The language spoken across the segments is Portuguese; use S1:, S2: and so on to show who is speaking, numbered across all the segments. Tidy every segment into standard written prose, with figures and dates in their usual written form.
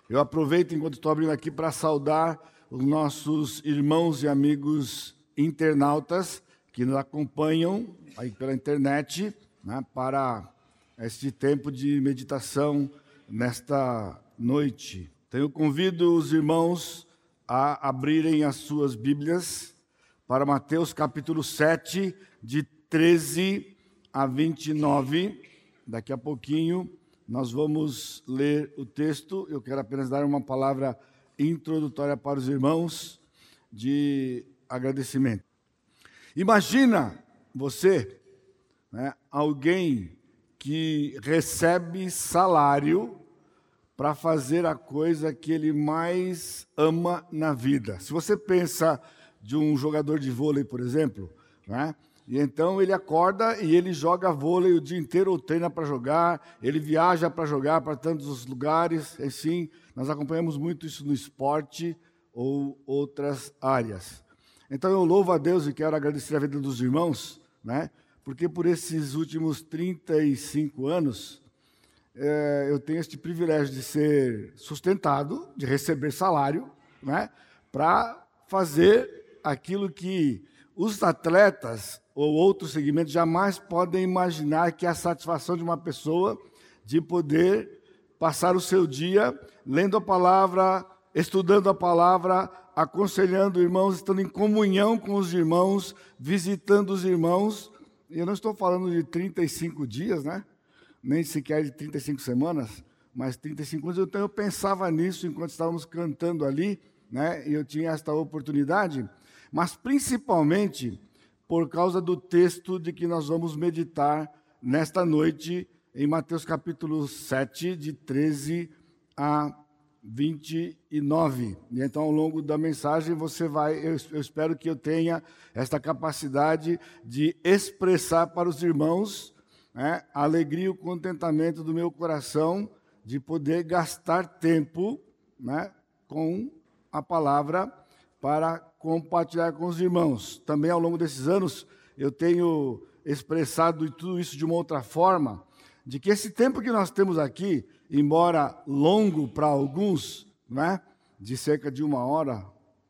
S1: Eu aproveito enquanto estou abrindo aqui para saudar os nossos irmãos e amigos internautas que nos acompanham aí pela internet, né, para este tempo de meditação nesta noite. Então, eu convido os irmãos a abrirem as suas Bíblias para Mateus capítulo 7, de 13 a 29. Daqui a pouquinho nós vamos ler o texto. Eu quero apenas dar uma palavra introdutória para os irmãos de agradecimento. Imagina você, né, alguém que recebe salário para fazer a coisa que ele mais ama na vida. Se você pensa de um jogador de vôlei, por exemplo, né? E então ele acorda e ele joga vôlei o dia inteiro, ou treina para jogar, ele viaja para jogar para tantos lugares, assim, nós acompanhamos muito isso no esporte ou outras áreas. Então eu louvo a Deus e quero agradecer a vida dos irmãos, né? Porque por esses últimos 35 anos, eu tenho este privilégio de ser sustentado, de receber salário, né? Para fazer aquilo que os atletas ou outros segmentos jamais podem imaginar, que é a satisfação de uma pessoa de poder passar o seu dia lendo a palavra, estudando a palavra, aconselhando irmãos, estando em comunhão com os irmãos, visitando os irmãos. E eu não estou falando de 35 dias, né? Nem sequer de 35 semanas, mas 35 anos. Então eu pensava nisso enquanto estávamos cantando ali, né? E eu tinha esta oportunidade, mas principalmente por causa do texto de que nós vamos meditar nesta noite, em Mateus capítulo 7, de 13 a 29. E então, ao longo da mensagem, você vai, eu espero que eu tenha esta capacidade de expressar para os irmãos, né, a alegria e o contentamento do meu coração de poder gastar tempo, né, com a palavra para compartilhar com os irmãos. Também, ao longo desses anos, eu tenho expressado tudo isso de uma outra forma, de que esse tempo que nós temos aqui, embora longo para alguns, né, de cerca de uma hora,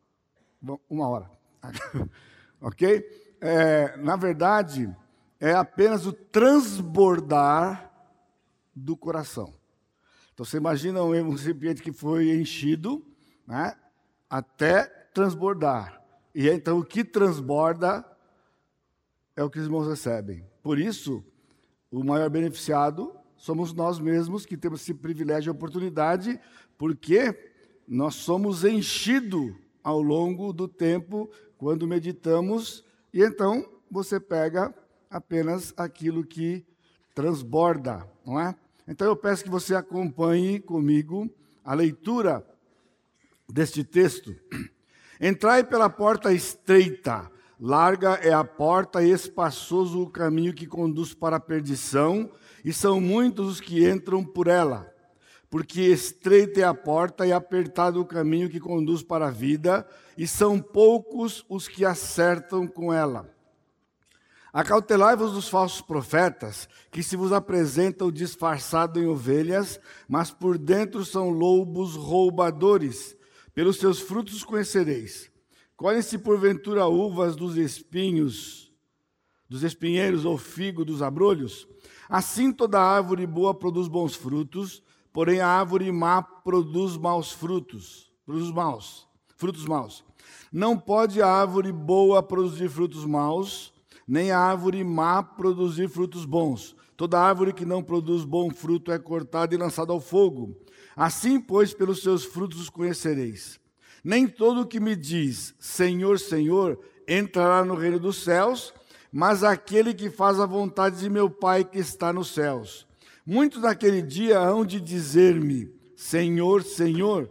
S1: ok? Na verdade, é apenas o transbordar do coração. Então, você imagina um recipiente que foi enchido, né, até transbordar. E então o que transborda é o que os irmãos recebem. Por isso, o maior beneficiado somos nós mesmos, que temos esse privilégio e oportunidade, porque nós somos enchidos ao longo do tempo quando meditamos, e então você pega apenas aquilo que transborda, não é? Então eu peço que você acompanhe comigo a leitura deste texto. Entrai pela porta estreita, larga é a porta e espaçoso o caminho que conduz para a perdição, e são muitos os que entram por ela. Porque estreita é a porta e apertado o caminho que conduz para a vida, e são poucos os que acertam com ela. Acautelai-vos dos falsos profetas, que se vos apresentam disfarçados em ovelhas, mas por dentro são lobos roubadores. Pelos seus frutos os conhecereis. Colhem-se porventura uvas dos espinhos, dos espinheiros, ou figo dos abrolhos? Assim toda árvore boa produz bons frutos, porém a árvore má produz maus frutos, frutos maus. Não pode a árvore boa produzir frutos maus, nem a árvore má produzir frutos bons. Toda árvore que não produz bom fruto é cortada e lançada ao fogo. Assim, pois, pelos seus frutos os conhecereis. Nem todo o que me diz, Senhor, Senhor, entrará no reino dos céus, mas aquele que faz a vontade de meu Pai que está nos céus. Muitos naquele dia hão de dizer-me, Senhor, Senhor,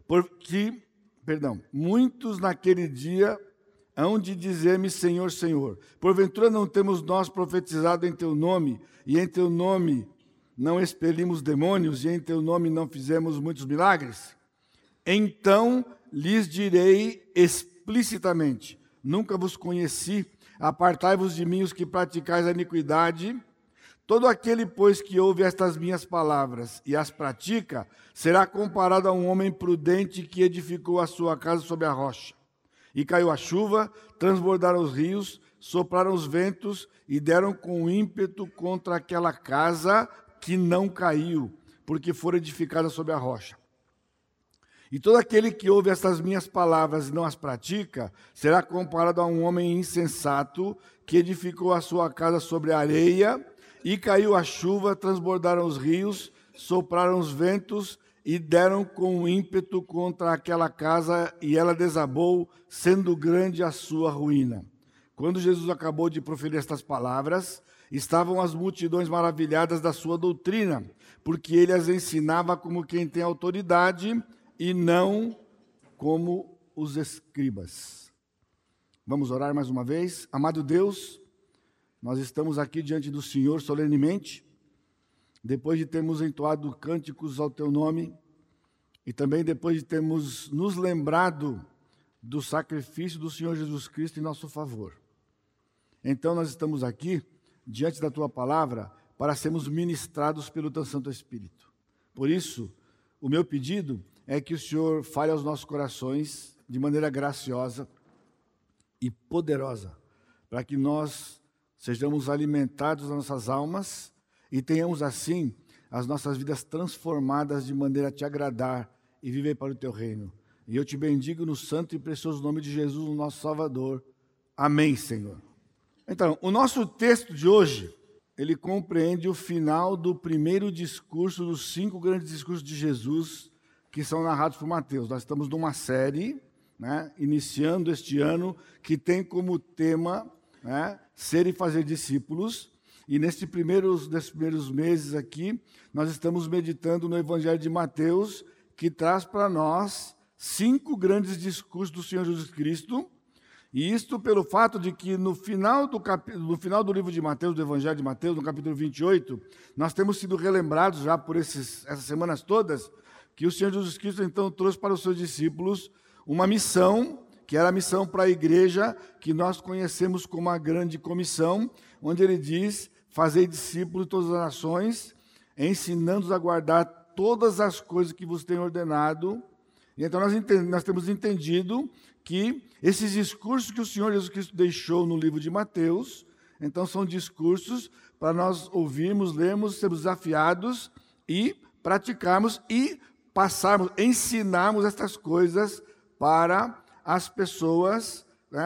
S1: muitos naquele dia hão de dizer-me, Senhor, Senhor. Porventura não temos nós profetizado em teu nome, e em teu nome não expelimos demônios, e em teu nome não fizemos muitos milagres? Então lhes direi explicitamente, nunca vos conheci, apartai-vos de mim os que praticais a iniquidade. Todo aquele, pois, que ouve estas minhas palavras e as pratica, será comparado a um homem prudente que edificou a sua casa sobre a rocha. E caiu a chuva, transbordaram os rios, sopraram os ventos e deram com ímpeto contra aquela casa que não caiu, porque fora edificada sobre a rocha. E todo aquele que ouve estas minhas palavras e não as pratica, será comparado a um homem insensato que edificou a sua casa sobre a areia, e caiu a chuva, transbordaram os rios, sopraram os ventos e deram com ímpeto contra aquela casa, e ela desabou, sendo grande a sua ruína. Quando Jesus acabou de proferir estas palavras, estavam as multidões maravilhadas da sua doutrina, porque ele as ensinava como quem tem autoridade e não como os escribas. Vamos orar mais uma vez. Amado Deus, nós estamos aqui diante do Senhor solenemente, depois de termos entoado cânticos ao Teu nome, e também depois de termos nos lembrado do sacrifício do Senhor Jesus Cristo em nosso favor. Então nós estamos aqui, diante da Tua palavra, para sermos ministrados pelo Teu Santo Espírito. Por isso, o meu pedido é que o Senhor fale aos nossos corações de maneira graciosa e poderosa, para que nós sejamos alimentados nas nossas almas e tenhamos assim as nossas vidas transformadas de maneira a Te agradar e viver para o Teu reino. E eu Te bendigo no santo e precioso nome de Jesus, o nosso Salvador. Amém, Senhor. Então, o nosso texto de hoje, ele compreende o final do primeiro discurso dos 5 grandes discursos de Jesus que são narrados por Mateus. Nós estamos numa série, iniciando este ano, que tem como tema ser e fazer discípulos. E nesses primeiros meses aqui, nós estamos meditando no Evangelho de Mateus, que traz para nós 5 grandes discursos do Senhor Jesus Cristo. E isto pelo fato de que no final do livro de Mateus, do Evangelho de Mateus, no capítulo 28, nós temos sido relembrados já por essas semanas todas, que o Senhor Jesus Cristo então trouxe para os seus discípulos uma missão, que era a missão para a igreja, que nós conhecemos como a Grande Comissão, onde ele diz: fazei discípulos de todas as nações, ensinando-os a guardar todas as coisas que vos tenho ordenado. E então nós temos entendido que esses discursos que o Senhor Jesus Cristo deixou no livro de Mateus, então são discursos para nós ouvirmos, lermos, sermos desafiados e praticarmos e passarmos, ensinarmos estas coisas para as pessoas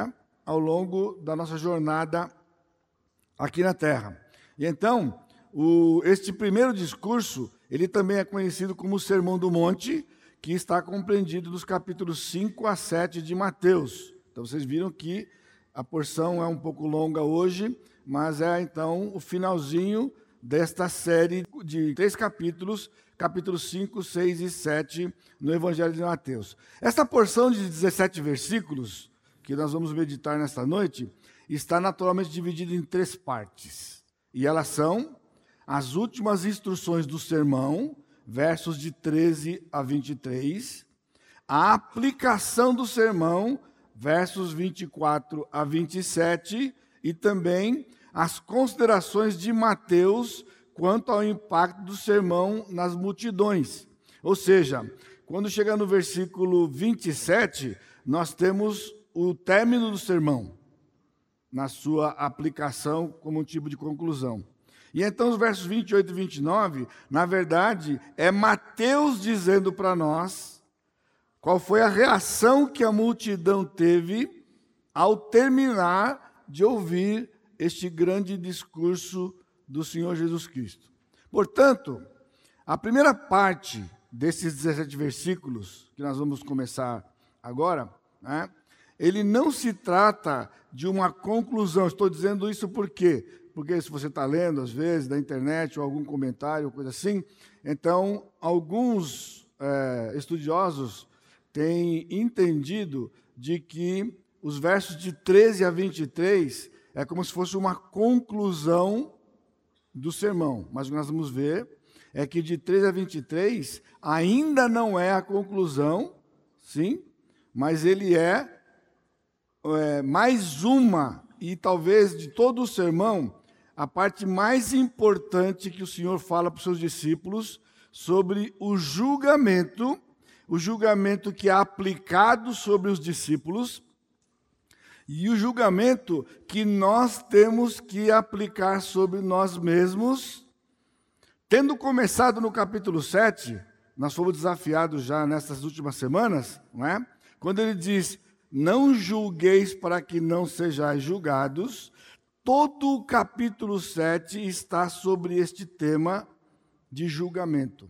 S1: ao longo da nossa jornada aqui na Terra. E então, este primeiro discurso, ele também é conhecido como o Sermão do Monte, que está compreendido nos capítulos 5 a 7 de Mateus. Então, vocês viram que a porção é um pouco longa hoje, mas é, então, o finalzinho desta série de 3 capítulos, capítulos 5, 6 e 7, no Evangelho de Mateus. Esta porção de 17 versículos, que nós vamos meditar nesta noite, está naturalmente dividida em 3 partes. E elas são as últimas instruções do sermão, versos de 13 a 23, a aplicação do sermão, versos 24 a 27, e também as considerações de Mateus quanto ao impacto do sermão nas multidões. Ou seja, quando chega no versículo 27, nós temos o término do sermão, na sua aplicação como um tipo de conclusão. E então os versos 28 e 29, na verdade, é Mateus dizendo para nós qual foi a reação que a multidão teve ao terminar de ouvir este grande discurso do Senhor Jesus Cristo. Portanto, a primeira parte desses 17 versículos, que nós vamos começar agora, ele não se trata de uma conclusão. Estou dizendo isso por quê? Porque se você está lendo, às vezes, da internet, ou algum comentário, coisa assim, então, alguns estudiosos têm entendido de que os versos de 13 a 23 é como se fosse uma conclusão do sermão. Mas o que nós vamos ver é que de 13 a 23 ainda não é a conclusão, sim, mas ele é mais uma, e talvez de todo o sermão, a parte mais importante que o Senhor fala para os seus discípulos sobre o julgamento que é aplicado sobre os discípulos e o julgamento que nós temos que aplicar sobre nós mesmos. Tendo começado no capítulo 7, nós fomos desafiados já nessas últimas semanas, não é? Quando ele diz, não julgueis para que não sejais julgados, todo o capítulo 7 está sobre este tema de julgamento.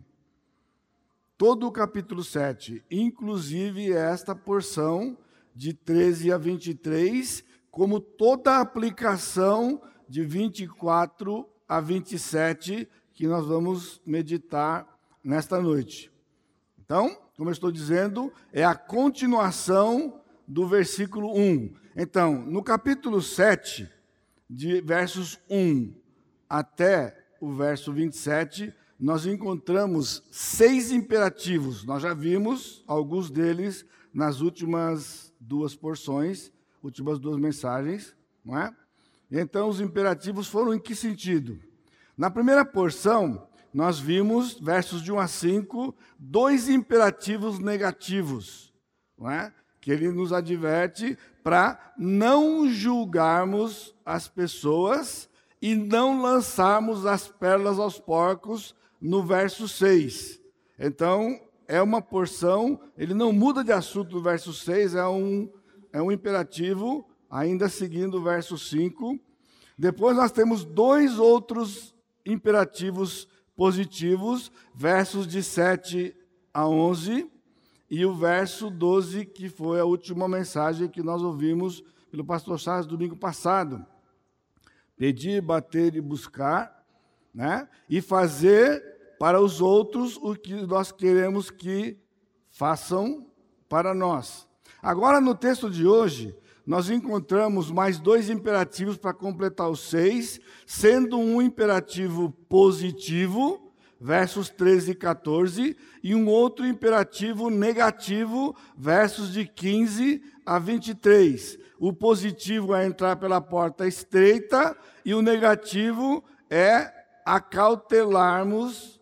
S1: Todo o capítulo 7, inclusive esta porção de 13 a 23, como toda a aplicação de 24 a 27, que nós vamos meditar nesta noite. Então, como eu estou dizendo, é a continuação do versículo 1. Então, no capítulo 7, de versos 1 até o verso 27, nós encontramos 6 imperativos. Nós já vimos alguns deles nas últimas 2 porções, últimas 2 mensagens, não é? Então, os imperativos foram em que sentido? Na primeira porção, nós vimos, versos de 1 a 5, 2 imperativos negativos, não é? Que ele nos adverte para não julgarmos as pessoas e não lançarmos as pérolas aos porcos, no verso 6. Então, é uma porção, ele não muda de assunto no verso 6, é um imperativo, ainda seguindo o verso 5. Depois nós temos 2 outros imperativos positivos, versos de 7 a 11, e o verso 12, que foi a última mensagem que nós ouvimos pelo pastor Charles domingo passado. Pedir, bater e buscar, né? E fazer para os outros o que nós queremos que façam para nós. Agora, no texto de hoje, nós encontramos mais 2 imperativos para completar os 6, sendo um imperativo positivo, versos 13 e 14, e um outro imperativo negativo, versos de 15 a 23. O positivo é entrar pela porta estreita e o negativo é acautelar-nos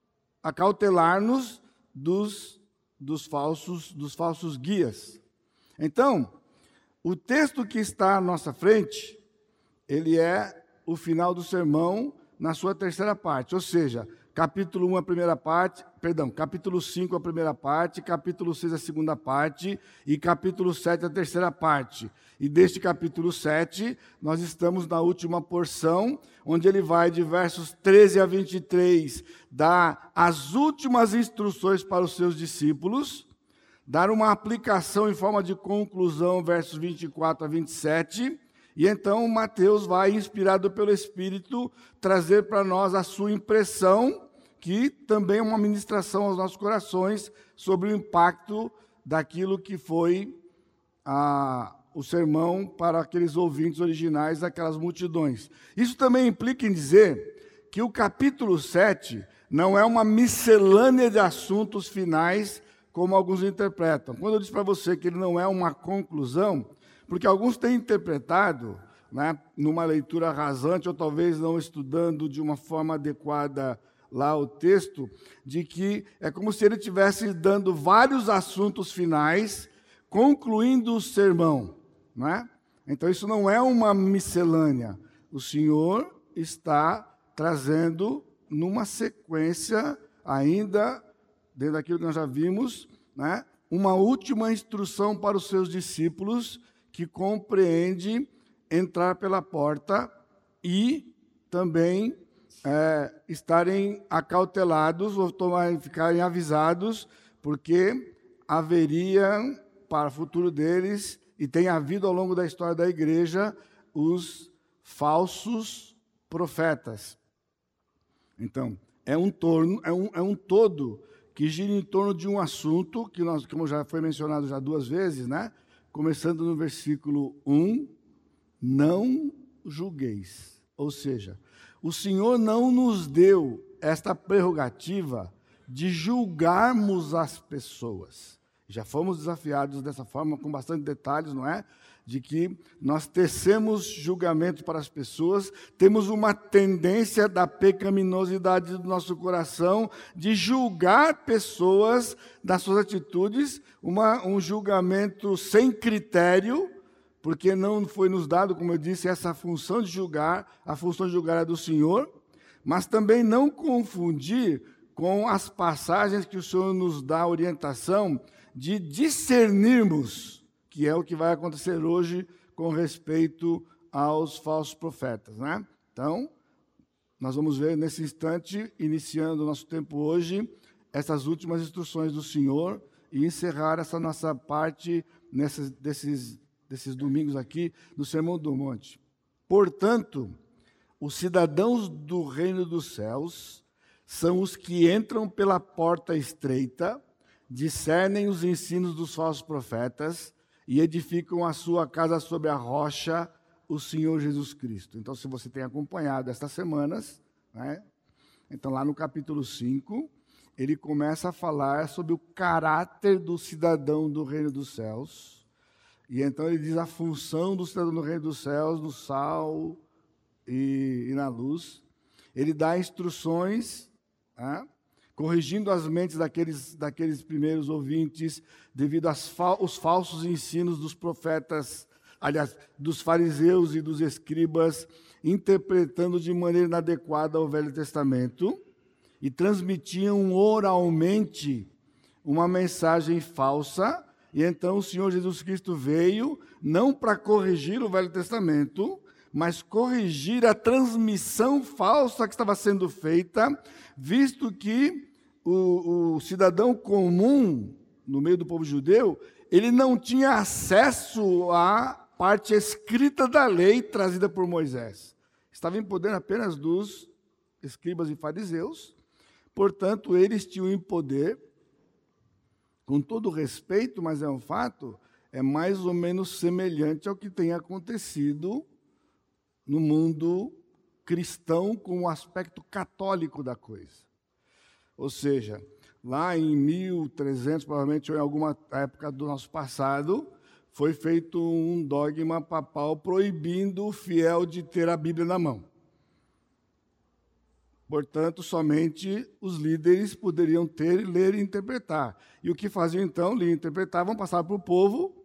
S1: dos falsos guias. Então, o texto que está à nossa frente, ele é o final do sermão na sua terceira parte, ou seja, capítulo 1 a primeira parte, capítulo 5 a primeira parte, capítulo 6 a segunda parte e capítulo 7 a terceira parte. E deste capítulo 7, nós estamos na última porção, onde ele vai de versos 13 a 23, dar as últimas instruções para os seus discípulos, dar uma aplicação em forma de conclusão, versos 24 a 27, e então Mateus vai, inspirado pelo Espírito, trazer para nós a sua impressão, que também é uma ministração aos nossos corações sobre o impacto daquilo que foi o sermão para aqueles ouvintes originais daquelas multidões. Isso também implica em dizer que o capítulo 7 não é uma miscelânea de assuntos finais, como alguns interpretam. Quando eu disse para você que ele não é uma conclusão, porque alguns têm interpretado, né, numa leitura rasante, ou talvez não estudando de uma forma adequada lá o texto, de que é como se ele estivesse dando vários assuntos finais, concluindo o sermão, não é? Então isso não é uma miscelânea. O Senhor está trazendo numa sequência, ainda dentro daquilo que nós já vimos, né, uma última instrução para os seus discípulos, que compreende entrar pela porta e também estarem acautelados ou ficarem avisados, porque haveria para o futuro deles, e tem havido ao longo da história da igreja, os falsos profetas. Então, é um todo que gira em torno de um assunto, que nós, como já foi mencionado já 2 vezes, né? Começando no versículo 1, não julgueis. Ou seja, o Senhor não nos deu esta prerrogativa de julgarmos as pessoas. Já fomos desafiados dessa forma, com bastante detalhes, não é? De que nós tecemos julgamento para as pessoas, temos uma tendência da pecaminosidade do nosso coração de julgar pessoas das suas atitudes, um julgamento sem critério, porque não foi nos dado, como eu disse, essa função de julgar, a função de julgar é do Senhor, mas também não confundir com as passagens que o Senhor nos dá orientação de discernirmos, que é o que vai acontecer hoje com respeito aos falsos profetas, né? Então, nós vamos ver nesse instante, iniciando o nosso tempo hoje, essas últimas instruções do Senhor e encerrar essa nossa parte desses domingos aqui no Sermão do Monte. Portanto, os cidadãos do reino dos céus são os que entram pela porta estreita, discernem os ensinos dos falsos profetas e edificam a sua casa sobre a rocha, o Senhor Jesus Cristo. Então, se você tem acompanhado estas semanas, né, então lá no capítulo 5, ele começa a falar sobre o caráter do cidadão do reino dos céus. E então ele diz a função do cidadão do reino dos céus, no sal e na luz. Ele dá instruções, né, corrigindo as mentes daqueles primeiros ouvintes, devido aos falsos ensinos dos profetas, aliás, dos fariseus e dos escribas, interpretando de maneira inadequada o Velho Testamento, e transmitiam oralmente uma mensagem falsa. E então o Senhor Jesus Cristo veio, não para corrigir o Velho Testamento, mas corrigir a transmissão falsa que estava sendo feita, visto que o cidadão comum, no meio do povo judeu, ele não tinha acesso à parte escrita da lei trazida por Moisés. Estava em poder apenas dos escribas e fariseus, portanto, eles tinham em poder, com todo respeito, mas é um fato, é mais ou menos semelhante ao que tem acontecido no mundo cristão com o aspecto católico da coisa. Ou seja, lá em 1300, provavelmente, ou em alguma época do nosso passado, foi feito um dogma papal proibindo o fiel de ter a Bíblia na mão. Portanto, somente os líderes poderiam ter, ler e interpretar. E o que faziam então? Liam e interpretavam, passavam para o povo,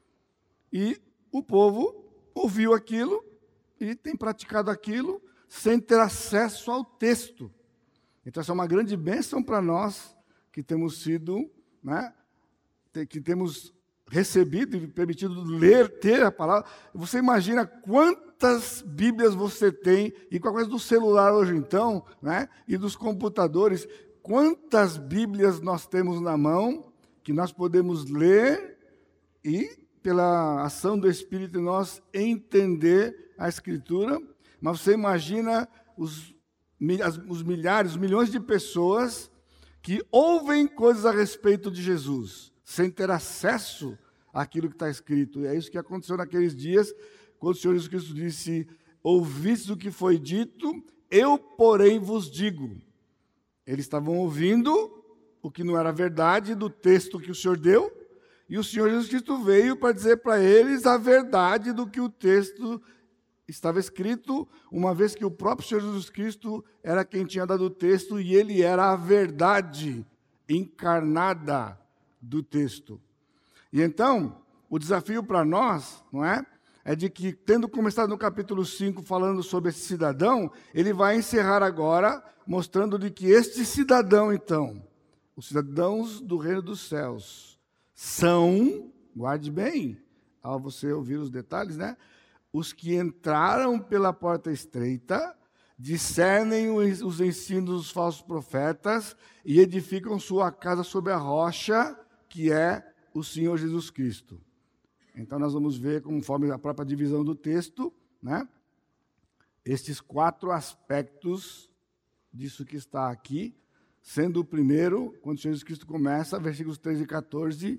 S1: e o povo ouviu aquilo e tem praticado aquilo sem ter acesso ao texto. Então, essa é uma grande bênção para nós que temos sido, né, que temos recebido e permitido ler, ter a palavra. Você imagina quantas Bíblias você tem, e com a coisa do celular hoje então, né, e dos computadores, quantas Bíblias nós temos na mão, que nós podemos ler e, pela ação do Espírito, nós entender a Escritura. Mas você imagina os milhares, os milhões de pessoas que ouvem coisas a respeito de Jesus, sem ter acesso àquilo que está escrito. E é isso que aconteceu naqueles dias, quando o Senhor Jesus Cristo disse: ouvistes o que foi dito, eu, porém, vos digo. Eles estavam ouvindo o que não era verdade do texto que o Senhor deu, e o Senhor Jesus Cristo veio para dizer para eles a verdade do que o texto estava escrito, uma vez que o próprio Senhor Jesus Cristo era quem tinha dado o texto e ele era a verdade encarnada do texto. E então, o desafio para nós, não é? É de que, tendo começado no capítulo 5 falando sobre esse cidadão, ele vai encerrar agora mostrando de que este cidadão, então, os cidadãos do reino dos céus, são, guarde bem, ao você ouvir os detalhes, né? Os que entraram pela porta estreita, discernem os ensinos dos falsos profetas e edificam sua casa sobre a rocha, que é o Senhor Jesus Cristo. Então, nós vamos ver, conforme a própria divisão do texto, né, estes 4 aspectos disso que está aqui, sendo o primeiro, quando Jesus Cristo começa, versículos 13 e 14,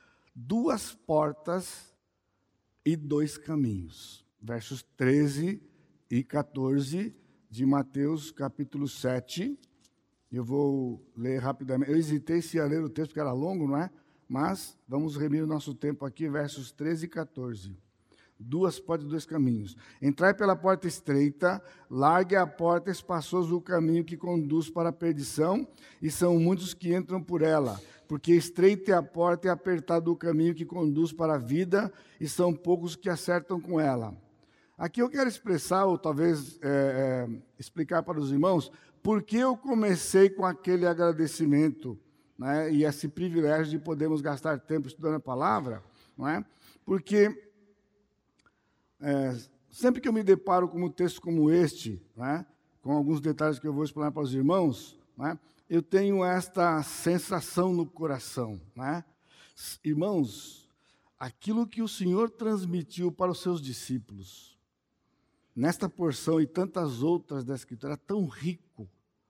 S1: 2 portas e 2 caminhos. Versos 13 e 14 de Mateus, capítulo 7. Eu vou ler rapidamente. Eu hesitei se ia ler o texto, porque era longo, não é? Mas vamos remir o nosso tempo aqui, versos 13 e 14. Duas portas, dois caminhos. Entrai pela porta estreita, largue a porta, espaçoso o caminho que conduz para a perdição, e são muitos que entram por ela. Porque estreita é a porta e apertado o caminho que conduz para a vida, e são poucos que acertam com ela. Aqui eu quero expressar, ou talvez explicar para os irmãos, por que eu comecei com aquele agradecimento, né, e esse privilégio de podermos gastar tempo estudando a palavra, não é? Porque sempre que eu me deparo com um texto como este, né, com alguns detalhes que eu vou explanar para os irmãos, né, eu tenho esta sensação no coração. Né? Irmãos, aquilo que o Senhor transmitiu para os seus discípulos, nesta porção e tantas outras da Escritura, era tão rico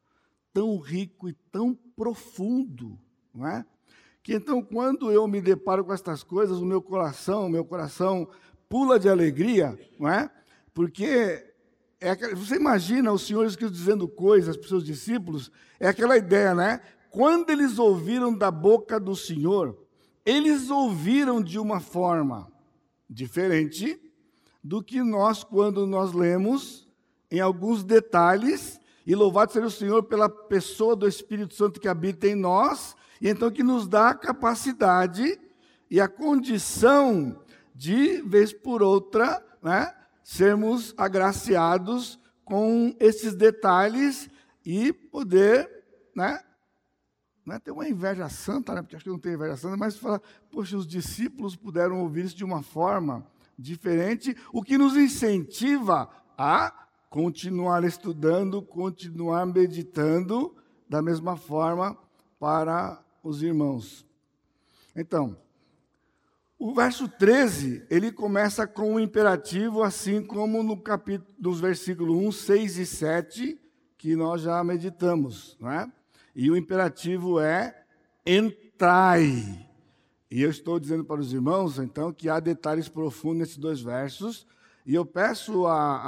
S1: e tão profundo, não é? Que então, quando eu me deparo com estas coisas, o meu coração pula de alegria, não é? Porque você imagina os senhores dizendo coisas para os seus discípulos, é aquela ideia, né? Quando eles ouviram da boca do Senhor, eles ouviram de uma forma diferente do que nós, quando nós lemos em alguns detalhes, e louvado seja o Senhor pela pessoa do Espírito Santo que habita em nós, e então que nos dá a capacidade e a condição de, vez por outra, né, sermos agraciados com esses detalhes e poder, né, não é ter uma inveja santa, né, porque acho que não tem inveja santa, mas falar, poxa, os discípulos puderam ouvir isso de uma forma diferente, o que nos incentiva a continuar estudando, continuar meditando da mesma forma para os irmãos. Então, o verso 13, ele começa com um imperativo, assim como no capítulo, dos versículos 1, 6 e 7, que nós já meditamos, não é? E o imperativo é entrai. E eu estou dizendo para os irmãos, então, que há detalhes profundos nesses dois versos, e eu peço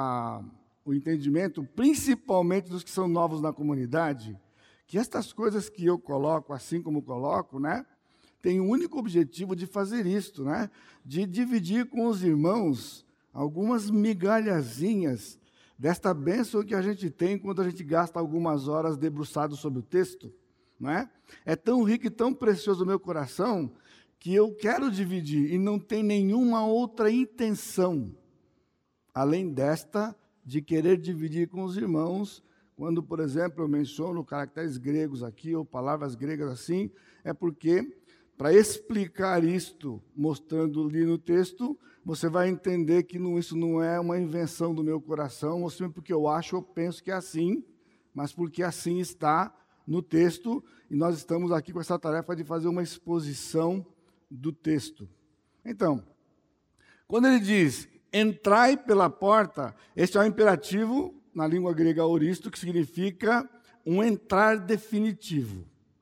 S1: o entendimento, principalmente dos que são novos na comunidade, que estas coisas que eu coloco, assim como coloco, né, tem o único objetivo de fazer isto, né, de dividir com os irmãos algumas migalhazinhas desta bênção que a gente tem quando a gente gasta algumas horas debruçado sobre o texto. Não é? É tão rico e tão precioso o meu coração que eu quero dividir e não tem nenhuma outra intenção, além desta, de querer dividir com os irmãos. Quando, por exemplo, eu menciono caracteres gregos aqui, ou palavras gregas assim, é porque, para explicar isto, mostrando ali no texto, você vai entender que isso não é uma invenção do meu coração, ou simplesmente porque eu acho ou penso que é assim, mas porque assim está no texto, e nós estamos aqui com essa tarefa de fazer uma exposição do texto. Então, quando ele diz, entrai pela porta, este é um imperativo, na língua grega auristo, que significa um entrar definitivo.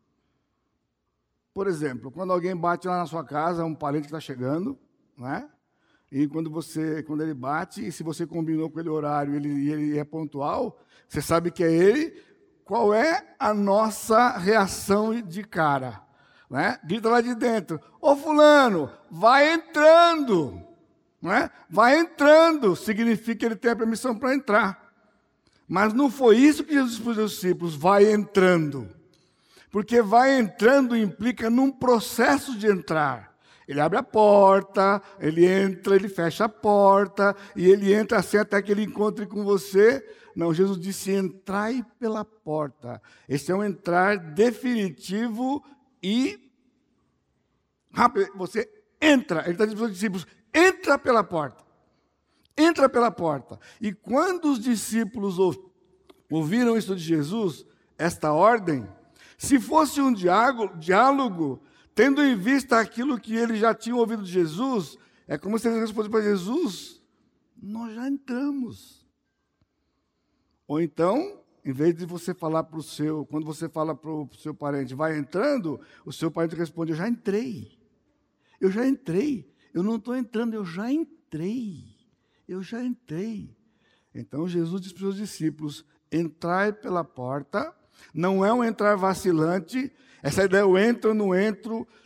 S1: Por exemplo, quando alguém bate lá na sua casa, um parente que está chegando, né? E quando ele bate, e se você combinou com ele horário e ele é pontual, você sabe que é ele, qual é a nossa reação de cara? Né? Grita lá de dentro, ô fulano, vai entrando. Né? Vai entrando, significa que ele tem a permissão para entrar. Mas não foi isso que Jesus disse para os discípulos, vai entrando. Porque vai entrando implica num processo de entrar. Ele abre a porta, ele entra, ele fecha a porta, e ele entra assim até que ele encontre com você. Não, Jesus disse, entrai pela porta. Esse é um entrar definitivo e rápido. Você entra, ele está dizendo para os discípulos, entra pela porta. Entra pela porta. E quando os discípulos ouviram isso de Jesus, esta ordem, se fosse um diálogo, tendo em vista aquilo que eles já tinham ouvido de Jesus, é como se eles respondessem para Jesus, nós já entramos. Ou então, em vez de você falar para quando você fala para o seu parente, vai entrando, o seu parente responde, eu já entrei. Eu já entrei. Eu não estou entrando, eu já entrei. Eu já entrei. Então, Jesus disse para os seus discípulos, entrai pela porta, não é um entrar vacilante, essa ideia, eu entro ou não entro,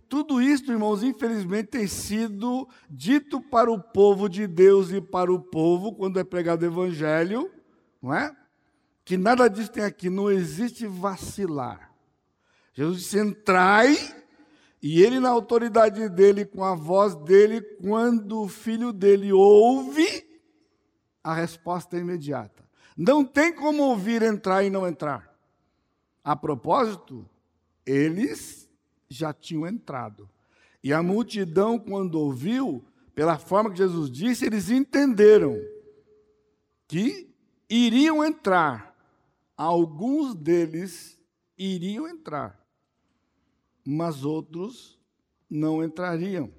S1: tudo isso, irmãos, infelizmente tem sido dito para o povo de Deus e para o povo, quando é pregado o evangelho, não é? Que nada disso tem aqui, não existe vacilar. Jesus disse, entrai, e ele na autoridade dele, com a voz dele, quando o filho dele ouve, a resposta é imediata. Não tem como ouvir entrar e não entrar. A propósito, eles já tinham entrado. E a multidão, quando ouviu, pela forma que Jesus disse, eles entenderam que iriam entrar. Alguns deles iriam entrar, mas outros não entrariam.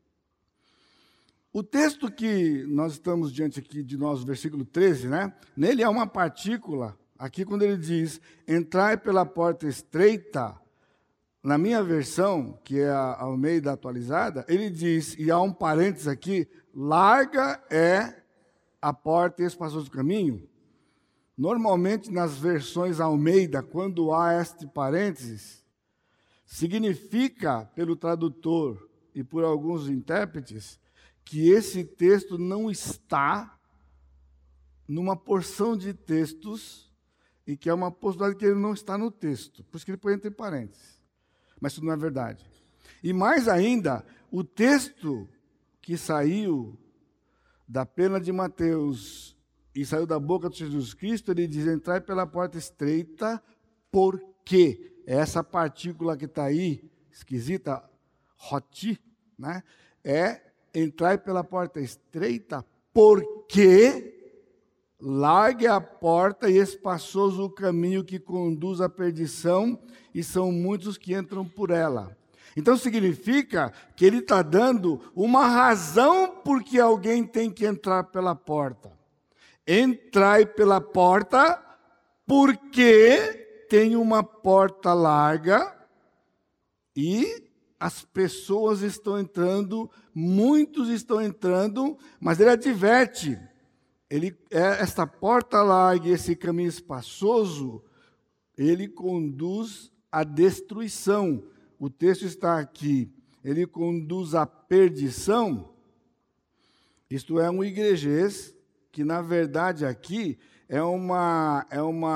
S1: O texto que nós estamos diante aqui de nós, versículo 13, né? Nele há uma partícula, aqui quando ele diz, entrai pela porta estreita, na minha versão, que é a Almeida atualizada, ele diz, e há um parênteses aqui, larga é a porta e espaçoso caminho. Normalmente, nas versões Almeida, quando há este parênteses, significa, pelo tradutor e por alguns intérpretes, que esse texto não está numa porção de textos e que é uma possibilidade que ele não está no texto. Por isso que ele põe entre parênteses. Mas isso não é verdade. E mais ainda, o texto que saiu da pena de Mateus e saiu da boca de Jesus Cristo, ele diz, entrai pela porta estreita, porque essa partícula que está aí, esquisita, roti, né? Entrai pela porta estreita, porque largue a porta e espaçoso o caminho que conduz à perdição, e são muitos que entram por ela. Então significa que ele está dando uma razão por que alguém tem que entrar pela porta. Entrai pela porta, porque tem uma porta larga e as pessoas estão entrando, muitos estão entrando, mas ele adverte, esta porta larga e esse caminho espaçoso, ele conduz à destruição. O texto está aqui, ele conduz à perdição, isto é um igrejês, que na verdade aqui é uma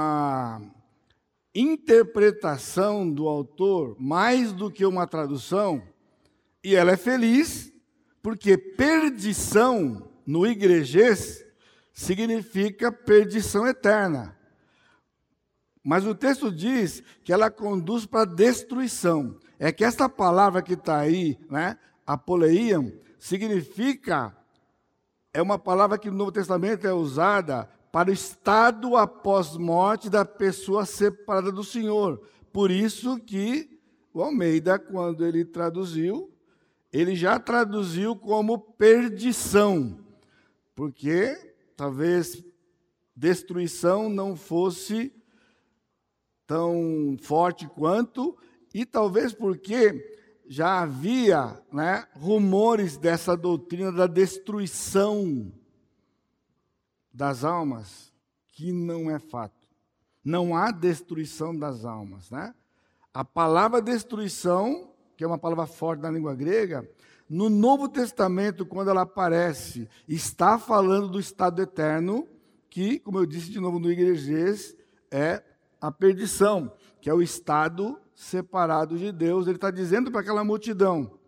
S1: interpretação do autor, mais do que uma tradução, e ela é feliz, porque perdição no igrejês significa perdição eterna. Mas o texto diz que ela conduz para destruição. É que esta palavra que está aí, né, apoleiam, significa, é uma palavra que no Novo Testamento é usada para o estado após morte da pessoa separada do Senhor. Por isso que o Almeida, quando ele traduziu, ele já traduziu como perdição, porque talvez destruição não fosse tão forte quanto, e talvez porque já havia, né, rumores dessa doutrina da destruição das almas, que não é fato. Não há destruição das almas, né? A palavra destruição, que é uma palavra forte na língua grega, no Novo Testamento, quando ela aparece, está falando do estado eterno, que, como eu disse de novo no igrejês, é a perdição, que é o estado separado de Deus. Ele está dizendo para aquela multidão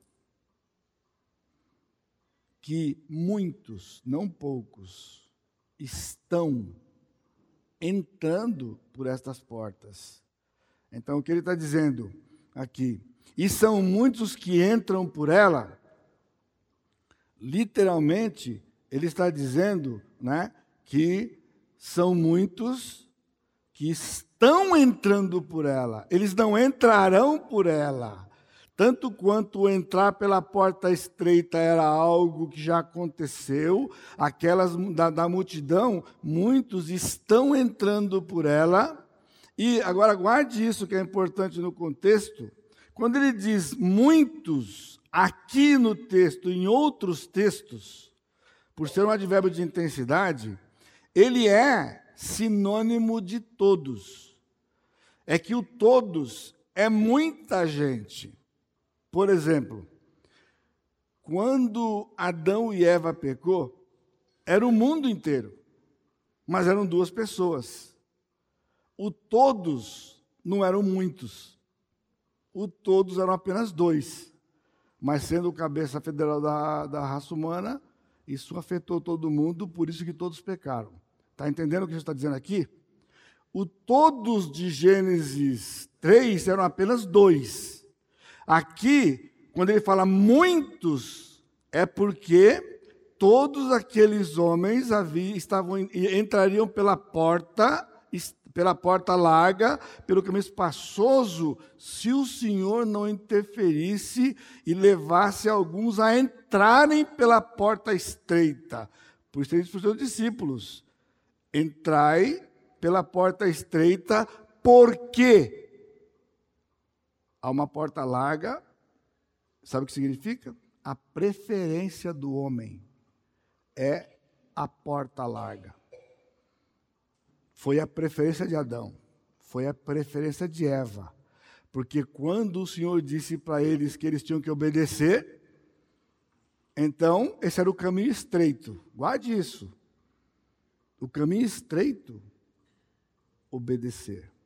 S1: que muitos, não poucos, estão entrando por estas portas. Então, o que ele está dizendo aqui? E são muitos que entram por ela. Literalmente, ele está dizendo, né, que são muitos que estão entrando por ela. Eles não entrarão por ela. Tanto quanto entrar pela porta estreita era algo que já aconteceu, aquelas da multidão, muitos estão entrando por ela. E agora guarde isso que é importante no contexto. Quando ele diz muitos, aqui no texto, em outros textos, por ser um advérbio de intensidade, ele é sinônimo de todos. É que o todos é muita gente. Por exemplo, quando Adão e Eva pecou, era o mundo inteiro, mas eram duas pessoas. O todos não eram muitos. O todos eram apenas dois. Mas sendo o cabeça federal da raça humana, isso afetou todo mundo, por isso que todos pecaram. Está entendendo o que Jesus está dizendo aqui? O todos de Gênesis 3 eram apenas dois. Aqui, quando ele fala muitos, é porque todos aqueles homens entrariam pela porta larga, pelo caminho espaçoso, se o Senhor não interferisse e levasse alguns a entrarem pela porta estreita. Por isso ele disse para os seus discípulos: entrai pela porta estreita, porque há uma porta larga. Sabe o que significa? A preferência do homem é a porta larga. Foi a preferência de Adão, foi a preferência de Eva. Porque quando o Senhor disse para eles que eles tinham que obedecer, então esse era o caminho estreito. Guarde isso. O caminho estreito, obedecer.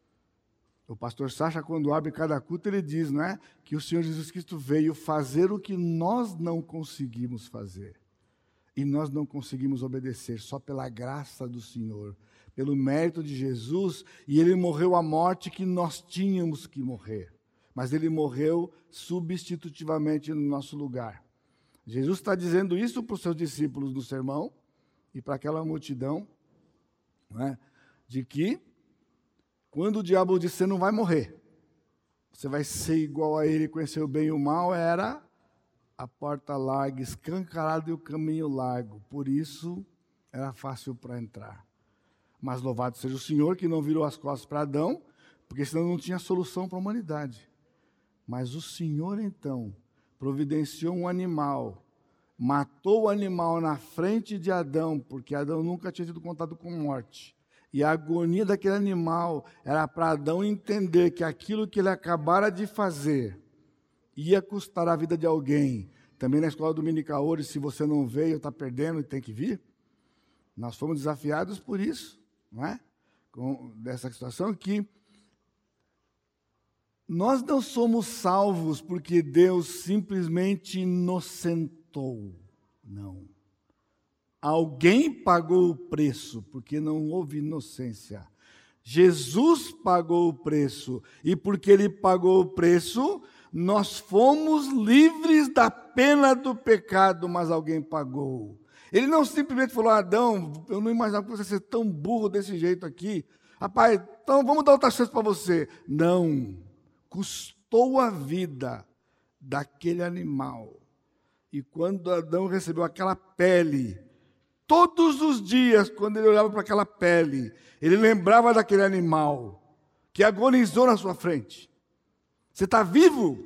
S1: O pastor Sacha, quando abre cada culto, ele diz, não é, que o Senhor Jesus Cristo veio fazer o que nós não conseguimos fazer. E nós não conseguimos obedecer, só pela graça do Senhor, pelo mérito de Jesus, e ele morreu a morte que nós tínhamos que morrer. Mas ele morreu substitutivamente no nosso lugar. Jesus está dizendo isso para os seus discípulos no sermão, e para aquela multidão, não é, de que quando o diabo disse, você não vai morrer, você vai ser igual a ele, conhecer o bem e o mal, era a porta larga, escancarada e o caminho largo. Por isso, era fácil para entrar. Mas louvado seja o Senhor, que não virou as costas para Adão, porque senão não tinha solução para a humanidade. Mas o Senhor, então, providenciou um animal, matou o animal na frente de Adão, porque Adão nunca tinha tido contato com morte. E a agonia daquele animal era para Adão entender que aquilo que ele acabara de fazer ia custar a vida de alguém. Também na escola dominical hoje, se você não veio, está perdendo e tem que vir. Nós fomos desafiados por isso, não é? Dessa situação que nós não somos salvos porque Deus simplesmente inocentou. Não. Alguém pagou o preço, porque não houve inocência. Jesus pagou o preço, e porque ele pagou o preço, nós fomos livres da pena do pecado, mas alguém pagou. Ele não simplesmente falou, Adão, eu não imaginava que você fosse tão burro desse jeito aqui. Rapaz, então vamos dar outra chance para você. Não, custou a vida daquele animal. E quando Adão recebeu aquela pele, todos os dias, quando ele olhava para aquela pele, ele lembrava daquele animal que agonizou na sua frente. Você está vivo?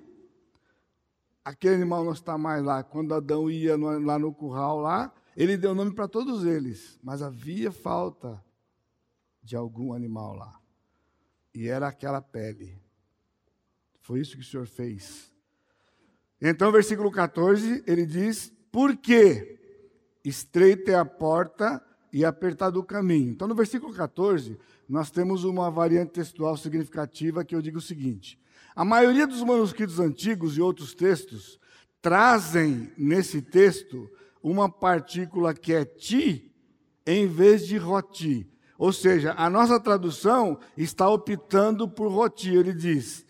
S1: Aquele animal não está mais lá. Quando Adão ia lá no curral, lá, ele deu nome para todos eles. Mas havia falta de algum animal lá. E era aquela pele. Foi isso que o Senhor fez. Então, versículo 14, ele diz, por quê? Estreita é a porta e apertado o caminho. Então, no versículo 14, nós temos uma variante textual significativa que eu digo o seguinte. A maioria dos manuscritos antigos e outros textos trazem nesse texto uma partícula que é ti em vez de roti. Ou seja, a nossa tradução está optando por roti. Ele diz,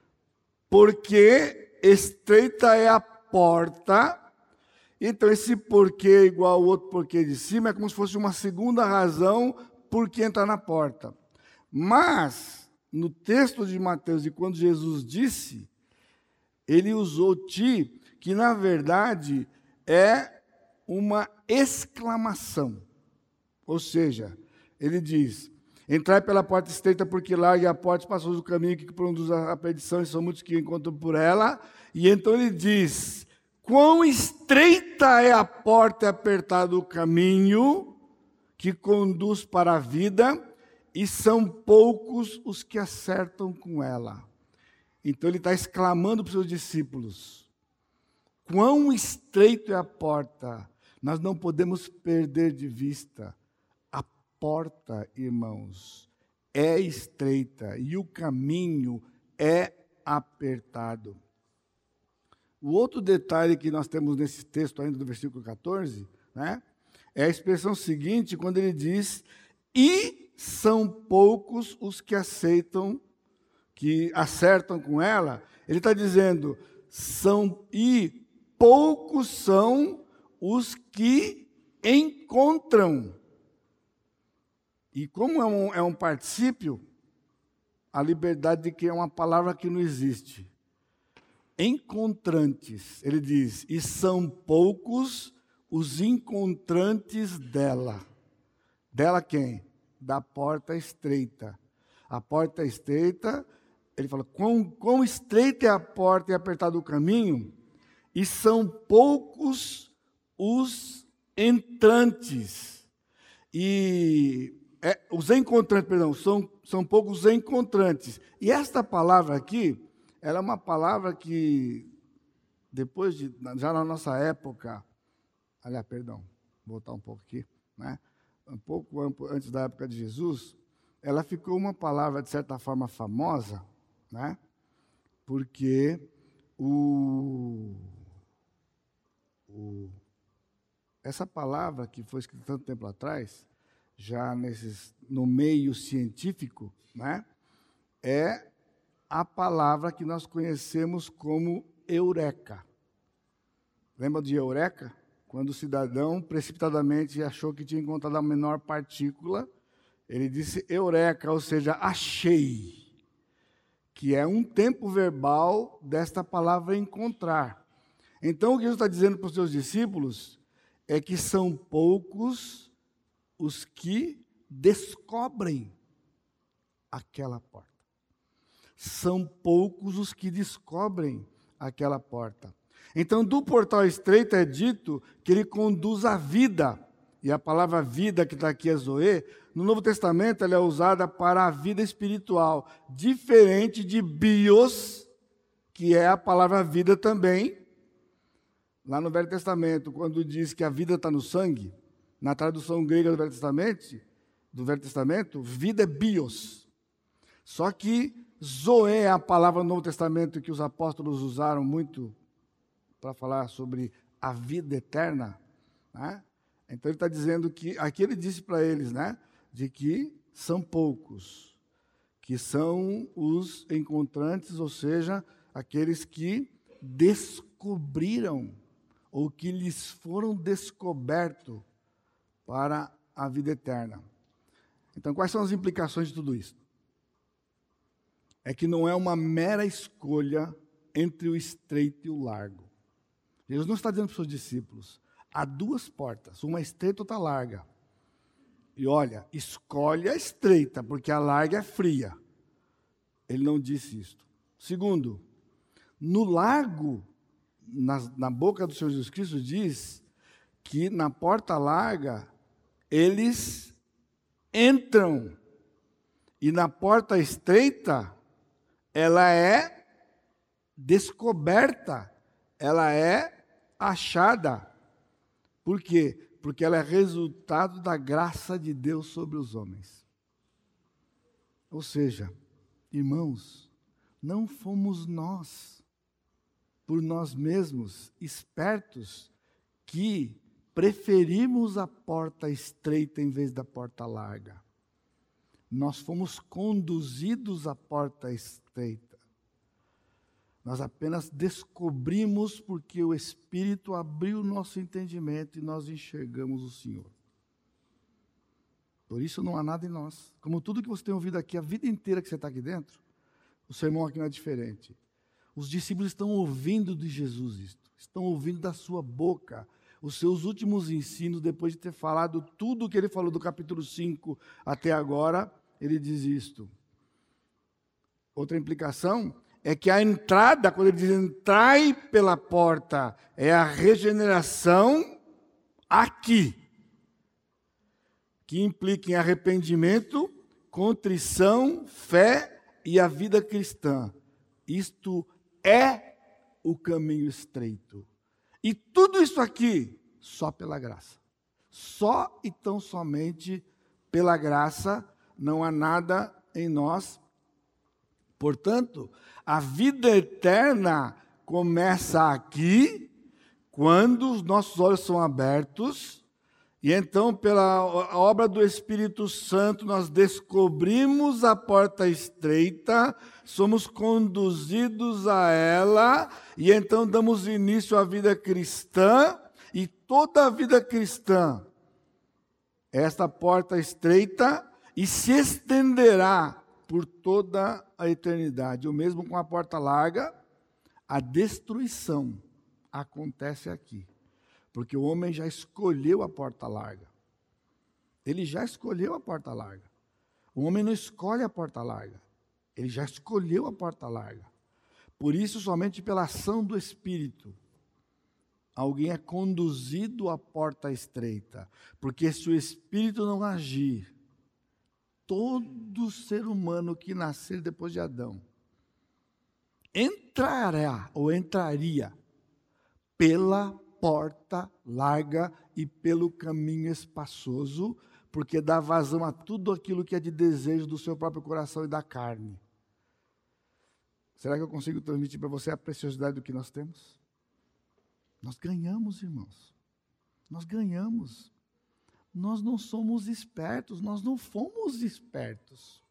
S1: porque estreita é a porta. Então, esse porquê é igual ao outro porquê de cima, é como se fosse uma segunda razão por que entrar na porta. Mas, no texto de Mateus, e quando Jesus disse, ele usou ti, que na verdade é uma exclamação. Ou seja, ele diz, entrai pela porta estreita, porque larga a porta espaçosa do caminho que conduz à perdição, e são muitos que encontram por ela. E então ele diz, quão estreita é a porta e apertado o caminho que conduz para a vida, e são poucos os que acertam com ela. Então ele está exclamando para os seus discípulos: quão estreito é a porta, nós não podemos perder de vista. A porta, irmãos, é estreita e o caminho é apertado. O outro detalhe que nós temos nesse texto ainda do versículo 14, né, é a expressão seguinte, quando ele diz: e são poucos os que acertam com ela. Ele está dizendo, e poucos são os que encontram. E como é um particípio, a liberdade de que é uma palavra que não existe. Encontrantes, ele diz, e são poucos os encontrantes dela. Dela quem? Da porta estreita. A porta estreita, ele fala, quão estreita é a porta e apertado o caminho, e são poucos os entrantes. Os encontrantes, perdão, são poucos os encontrantes. E esta palavra aqui, ela é uma palavra que, já na nossa época, voltar um pouco aqui, né? Um pouco antes da época de Jesus, ela ficou uma palavra, de certa forma, famosa, né? Porque essa palavra que foi escrita tanto tempo atrás, já no meio científico, né? É a palavra que nós conhecemos como eureka. Lembra de eureka? Quando o cidadão precipitadamente achou que tinha encontrado a menor partícula, ele disse eureka, ou seja, achei, que é um tempo verbal desta palavra encontrar. Então, o que Jesus está dizendo para os seus discípulos é que são poucos os que descobrem aquela porta. São poucos os que descobrem aquela porta. Então, do portal estreito é dito que ele conduz à vida. E a palavra vida, que está aqui é zoe, no Novo Testamento ela é usada para a vida espiritual, diferente de bios, que é a palavra vida também. Lá no Velho Testamento, quando diz que a vida está no sangue, na tradução grega do Velho Testamento, vida é bios. Só que zoe é a palavra no Novo Testamento que os apóstolos usaram muito para falar sobre a vida eterna, né? Então ele está dizendo que, aqui ele disse para eles, né, de que são poucos, que são os encontrantes, ou seja, aqueles que descobriram, ou que lhes foram descobertos para a vida eterna. Então, quais são as implicações de tudo isso? É que não é uma mera escolha entre o estreito e o largo. Jesus não está dizendo para os seus discípulos, há duas portas, uma estreita e outra larga. E olha, escolhe a estreita, porque a larga é fria. Ele não disse isso. Segundo, no largo, na boca do Senhor Jesus Cristo, diz que na porta larga, eles entram. E na porta estreita, ela é descoberta, ela é achada. Por quê? Porque ela é resultado da graça de Deus sobre os homens. Ou seja, irmãos, não fomos nós, por nós mesmos, espertos, que preferimos a porta estreita em vez da porta larga. Nós fomos conduzidos à porta estreita. Nós apenas descobrimos porque o Espírito abriu o nosso entendimento e nós enxergamos o Senhor. Por isso não há nada em nós. Como tudo que você tem ouvido aqui, a vida inteira que você está aqui dentro, o sermão aqui não é diferente. Os discípulos estão ouvindo de Jesus isto, estão ouvindo da sua boca os seus últimos ensinos, depois de ter falado tudo o que ele falou do capítulo 5 até agora, ele diz isto. Outra implicação é que a entrada, quando ele diz entrai pela porta, é a regeneração aqui, que implica em arrependimento, contrição, fé e a vida cristã. Isto é o caminho estreito. E tudo isso aqui, só pela graça. Só e tão somente pela graça, não há nada em nós. Portanto, a vida eterna começa aqui, quando os nossos olhos são abertos, e então, pela obra do Espírito Santo, nós descobrimos a porta estreita, somos conduzidos a ela, e então damos início à vida cristã, e toda a vida cristã, esta porta estreita, e se estenderá por toda a eternidade. O mesmo com a porta larga, a destruição acontece aqui. Porque o homem já escolheu a porta larga. Ele já escolheu a porta larga. O homem não escolhe a porta larga. Ele já escolheu a porta larga. Por isso, somente pela ação do Espírito, alguém é conduzido à porta estreita. Porque se o Espírito não agir, todo ser humano que nascer depois de Adão entrará ou entraria pela porta larga e pelo caminho espaçoso, porque dá vazão a tudo aquilo que é de desejo do seu próprio coração e da carne. Será que eu consigo transmitir para você a preciosidade do que nós temos? Nós ganhamos, irmãos. Nós ganhamos. Nós não somos espertos, nós não fomos espertos.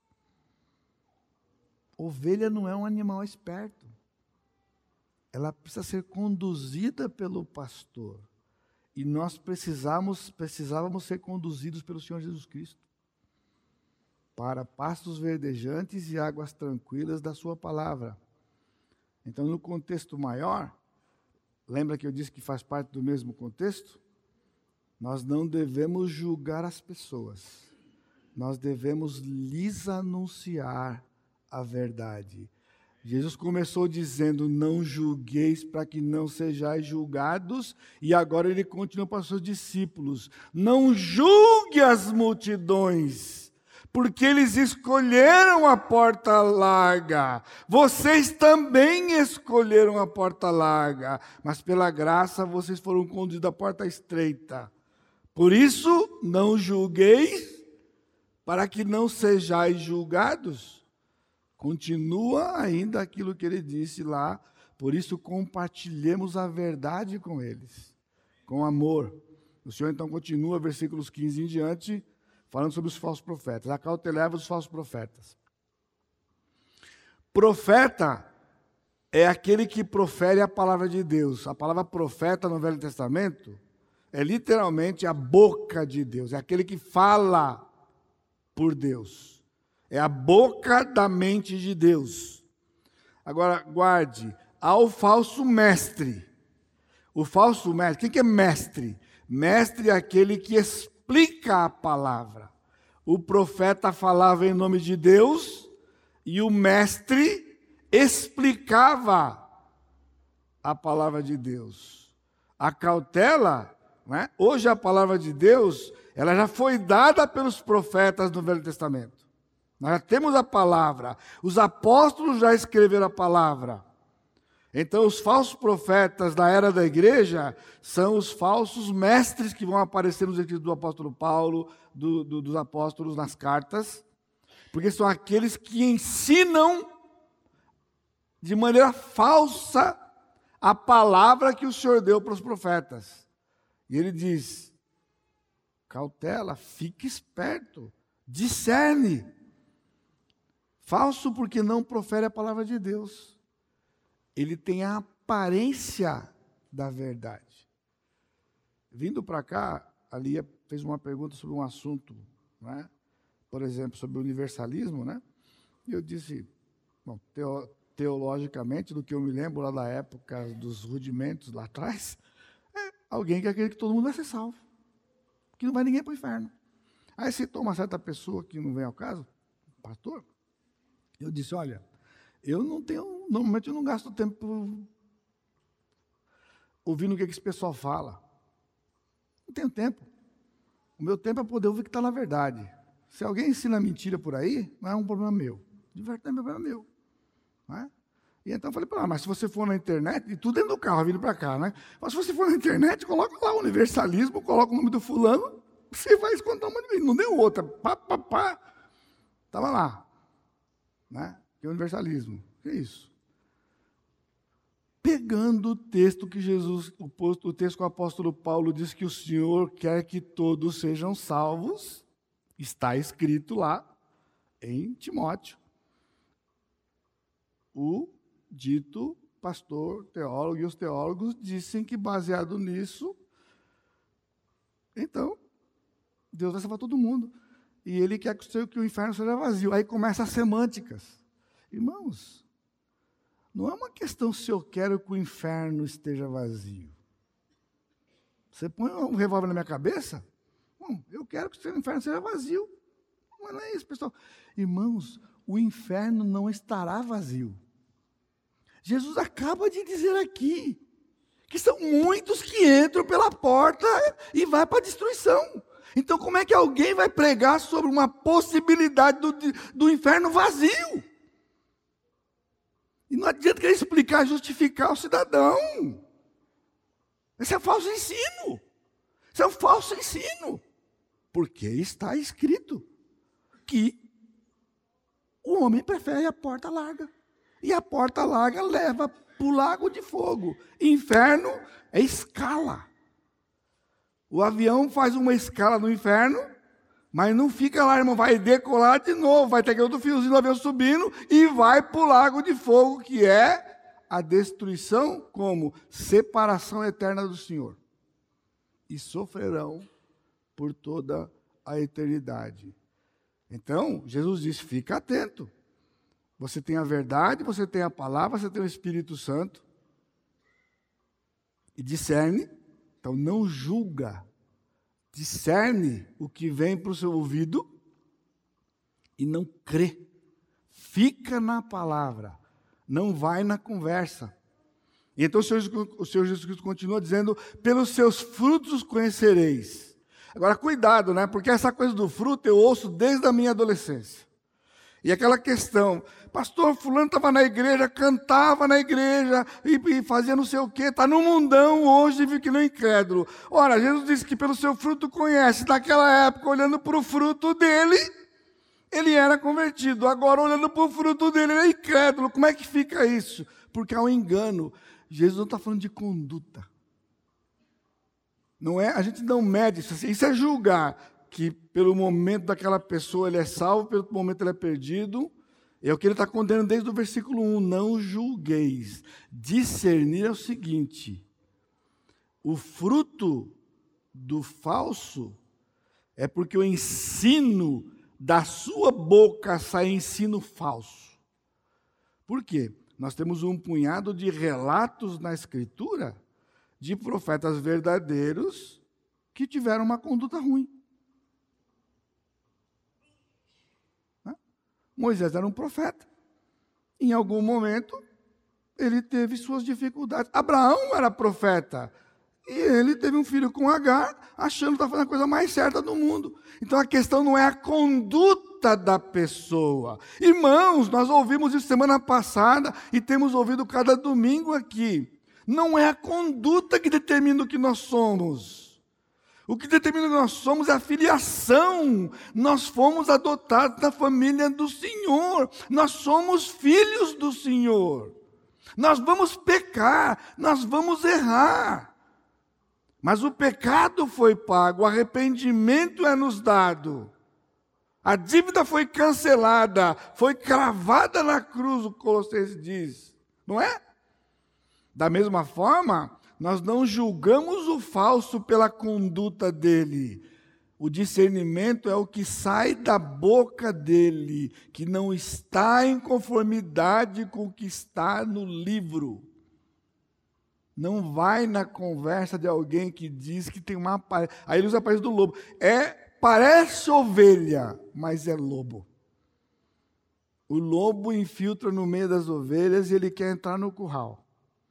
S1: Ovelha não é um animal esperto. Ela precisa ser conduzida pelo pastor. E nós precisávamos ser conduzidos pelo Senhor Jesus Cristo para pastos verdejantes e águas tranquilas da sua palavra. Então, no contexto maior, lembra que eu disse que faz parte do mesmo contexto? Nós não devemos julgar as pessoas. Nós devemos lhes anunciar a verdade. Jesus começou dizendo, não julgueis para que não sejais julgados, e agora ele continua para os seus discípulos, não julgue as multidões, porque eles escolheram a porta larga, vocês também escolheram a porta larga, mas pela graça vocês foram conduzidos à porta estreita. Por isso, não julgueis para que não sejais julgados. Continua ainda aquilo que ele disse lá, por isso compartilhemos a verdade com eles, com amor. O Senhor então continua, versículos 15 em diante, falando sobre os falsos profetas. Acautelai os falsos profetas. Profeta é aquele que profere a palavra de Deus. A palavra profeta no Velho Testamento é literalmente a boca de Deus, é aquele que fala por Deus. É a boca da mente de Deus. Agora, guarde, há o falso mestre. O falso mestre, quem que é mestre? Mestre é aquele que explica a palavra. O profeta falava em nome de Deus e o mestre explicava a palavra de Deus. A cautela, né? Hoje a palavra de Deus, ela já foi dada pelos profetas no Velho Testamento. Nós já temos a palavra, os apóstolos já escreveram a palavra. Então, os falsos profetas da era da igreja são os falsos mestres que vão aparecer nos escritos do apóstolo Paulo, dos apóstolos nas cartas, porque são aqueles que ensinam de maneira falsa a palavra que o Senhor deu para os profetas. E ele diz, cautela, fique esperto, discerne. Falso porque não profere a palavra de Deus. Ele tem a aparência da verdade. Vindo para cá, a Lia fez uma pergunta sobre um assunto, né? Por exemplo, sobre o universalismo, né? E eu disse, bom, teologicamente, do que eu me lembro lá da época dos rudimentos lá atrás, é alguém que acredita que todo mundo vai ser salvo, que não vai ninguém para o inferno. Aí citou uma certa pessoa que não vem ao caso, pastor. Eu disse, olha, eu não tenho, normalmente eu não gasto tempo ouvindo o que esse pessoal fala. Não tenho tempo. O meu tempo é poder ouvir o que está na verdade. Se alguém ensina mentira por aí, não é um problema meu. De verdade, é um problema meu. Não é? E então eu falei para ela, mas se você for na internet, e tudo dentro do carro, vindo para cá, né? Mas se você for na internet, coloca lá universalismo, coloca o nome do fulano, você vai escutar um monte de... Não deu outra, pá. Estava lá, né? Que é universalismo. Que é isso? Pegando o texto que Jesus, o texto que o apóstolo Paulo diz que o Senhor quer que todos sejam salvos, está escrito lá em Timóteo. O dito pastor, teólogo, e os teólogos dizem que, baseado nisso, então, Deus vai salvar todo mundo. E Ele quer que o inferno seja vazio. Aí começam as semânticas. Irmãos, não é uma questão se eu quero que o inferno esteja vazio. Você põe um revólver na minha cabeça? Bom, eu quero que o inferno seja vazio. Mas não é isso, pessoal. Irmãos, o inferno não estará vazio. Jesus acaba de dizer aqui que são muitos que entram pela porta e vai para a destruição. Então, como é que alguém vai pregar sobre uma possibilidade do inferno vazio? E não adianta querer explicar, justificar o cidadão. Esse é falso ensino. Isso é um falso ensino. Porque está escrito que o homem prefere a porta larga. E a porta larga leva para o lago de fogo. Inferno é escala. O avião faz uma escala no inferno, mas não fica lá, irmão. Vai decolar de novo. Vai ter aquele outro fiozinho do avião subindo e vai para o lago de fogo, que é a destruição como separação eterna do Senhor. E sofrerão por toda a eternidade. Então, Jesus disse, fica atento. Você tem a verdade, você tem a palavra, você tem o Espírito Santo. E discerne. Então, não julga. Discerne o que vem para o seu ouvido e não crê. Fica na palavra. Não vai na conversa. E então o Senhor Jesus Cristo continua dizendo, pelos seus frutos os conhecereis. Agora, cuidado, né? Porque essa coisa do fruto eu ouço desde a minha adolescência. E aquela questão, pastor, fulano estava na igreja, cantava na igreja e fazia não sei o quê, está no mundão hoje, vive que não é incrédulo. Ora, Jesus disse que pelo seu fruto conhece. Naquela época, olhando para o fruto dele, ele era convertido. Agora, olhando para o fruto dele, ele é incrédulo. Como é que fica isso? Porque há um engano. Jesus não está falando de conduta. Não é, a gente não mede isso. Isso é julgar que pelo momento daquela pessoa ele é salvo, pelo momento ele é perdido. É o que ele está condenando desde o versículo 1. Não julgueis. Discernir é o seguinte. O fruto do falso é porque o ensino da sua boca sai ensino falso. Por quê? Nós temos um punhado de relatos na Escritura de profetas verdadeiros que tiveram uma conduta ruim. Moisés era um profeta. Em algum momento, ele teve suas dificuldades. Abraão era profeta. E ele teve um filho com Agar, achando que estava fazendo a coisa mais certa do mundo. Então, a questão não é a conduta da pessoa. Irmãos, nós ouvimos isso semana passada e temos ouvido cada domingo aqui. Não é a conduta que determina o que nós somos. O que determina o que nós somos é a filiação. Nós fomos adotados da família do Senhor. Nós somos filhos do Senhor. Nós vamos pecar, nós vamos errar. Mas o pecado foi pago, o arrependimento é nos dado. A dívida foi cancelada, foi cravada na cruz, o Colossenses diz. Não é? Da mesma forma, nós não julgamos o falso pela conduta dele. O discernimento é o que sai da boca dele, que não está em conformidade com o que está no livro. Não vai na conversa de alguém que diz que tem uma aparência. Aí ele usa a aparência do lobo. Parece ovelha, mas é lobo. O lobo infiltra no meio das ovelhas e ele quer entrar no curral.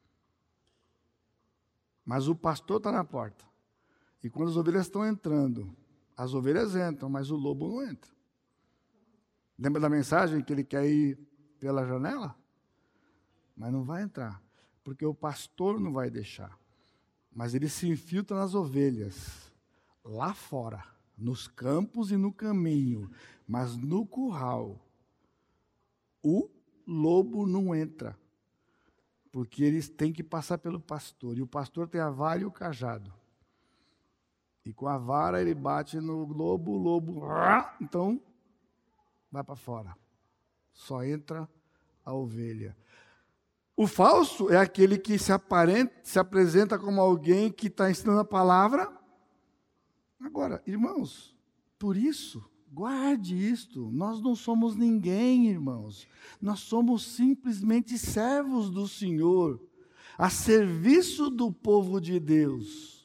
S1: Mas o pastor está na porta. E quando as ovelhas estão entrando, as ovelhas entram, mas o lobo não entra. Lembra da mensagem que ele quer ir pela janela? mas não vai entrar, porque o pastor não vai deixar. Mas ele se infiltra nas ovelhas, lá fora, nos campos e no caminho, mas no curral, o lobo não entra, porque eles têm que passar pelo pastor, e o pastor tem a vara e o cajado. E com a vara ele bate no lobo, o lobo, então, vai para fora. Só entra a ovelha. O falso é aquele que se apresenta como alguém que está ensinando a palavra. Agora, irmãos, por isso, guarde isto. Nós não somos ninguém, irmãos. Nós somos simplesmente servos do Senhor, a serviço do povo de Deus.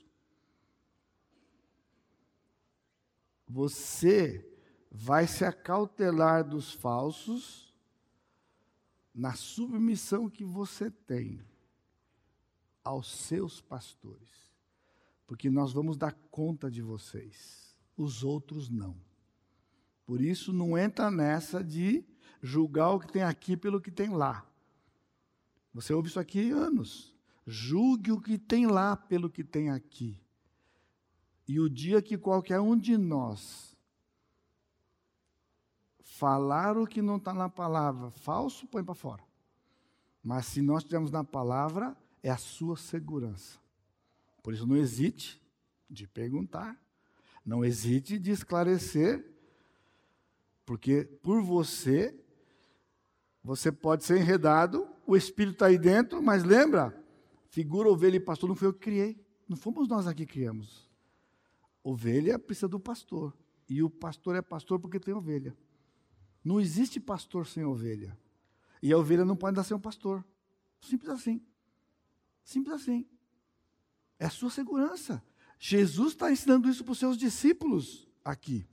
S1: Você vai se acautelar dos falsos na submissão que você tem aos seus pastores. Porque nós vamos dar conta de vocês, os outros não. Por isso, não entra nessa de julgar o que tem aqui pelo que tem lá. Você ouve isso aqui há anos. Julgue o que tem lá pelo que tem aqui. E o dia que qualquer um de nós falar o que não está na palavra, falso, põe para fora. Mas se nós estivermos na palavra, é a sua segurança. Por isso, não hesite de perguntar, não hesite de esclarecer, porque por você pode ser enredado, o Espírito está aí dentro, mas lembra, figura, ovelha e pastor não foi eu que criei, não fomos nós aqui que criamos. Ovelha precisa do pastor, e o pastor é pastor porque tem ovelha. Não existe pastor sem ovelha. E a ovelha não pode dar sem um pastor. Simples assim. Simples assim. É a sua segurança. Jesus está ensinando isso para os seus discípulos aqui.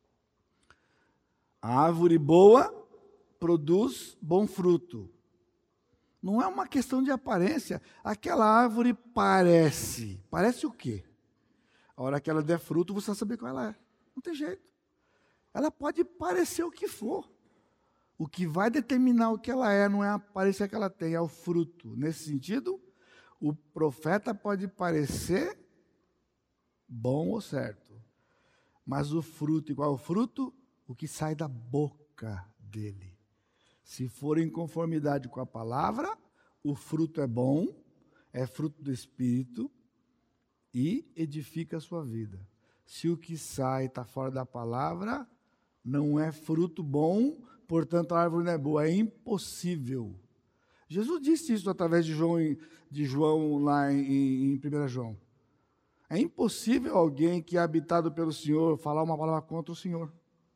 S1: A árvore boa produz bom fruto. Não é uma questão de aparência. Aquela árvore parece. Parece o quê? A hora que ela der fruto, você vai saber qual ela é. Não tem jeito. Ela pode parecer o que for. O que vai determinar o que ela é não é a aparência que ela tem, é o fruto. Nesse sentido, o profeta pode parecer bom ou certo. Mas o fruto, igual ao fruto, o que sai da boca dele. Se for em conformidade com a palavra, o fruto é bom, é fruto do Espírito e edifica a sua vida. Se o que sai está fora da palavra, não é fruto bom, portanto a árvore não é boa, é impossível. Jesus disse isso através de João lá em 1 João. É impossível alguém que é habitado pelo Senhor falar uma palavra contra o Senhor.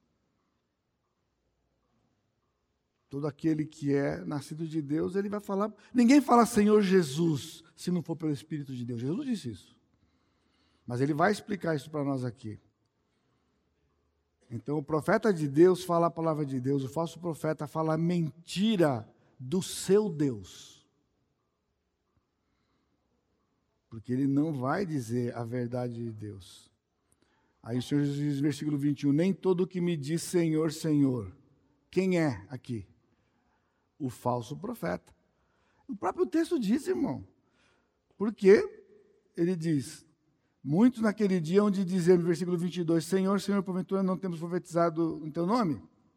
S1: Todo aquele que é nascido de Deus, ele vai falar. Ninguém fala Senhor Jesus, se não for pelo Espírito de Deus. Jesus disse isso. Mas ele vai explicar isso para nós aqui. Então, o profeta de Deus fala a palavra de Deus, o falso profeta fala a mentira do seu Deus. Porque ele não vai dizer a verdade de Deus. Aí o Senhor Jesus diz, versículo 21, nem todo que me diz Senhor, Senhor. Quem é aqui? O falso profeta. O próprio texto diz, irmão. Porque ele diz, muitos naquele dia hão de dizer, no versículo 22, Senhor, Senhor, porventura não temos profetizado em teu nome?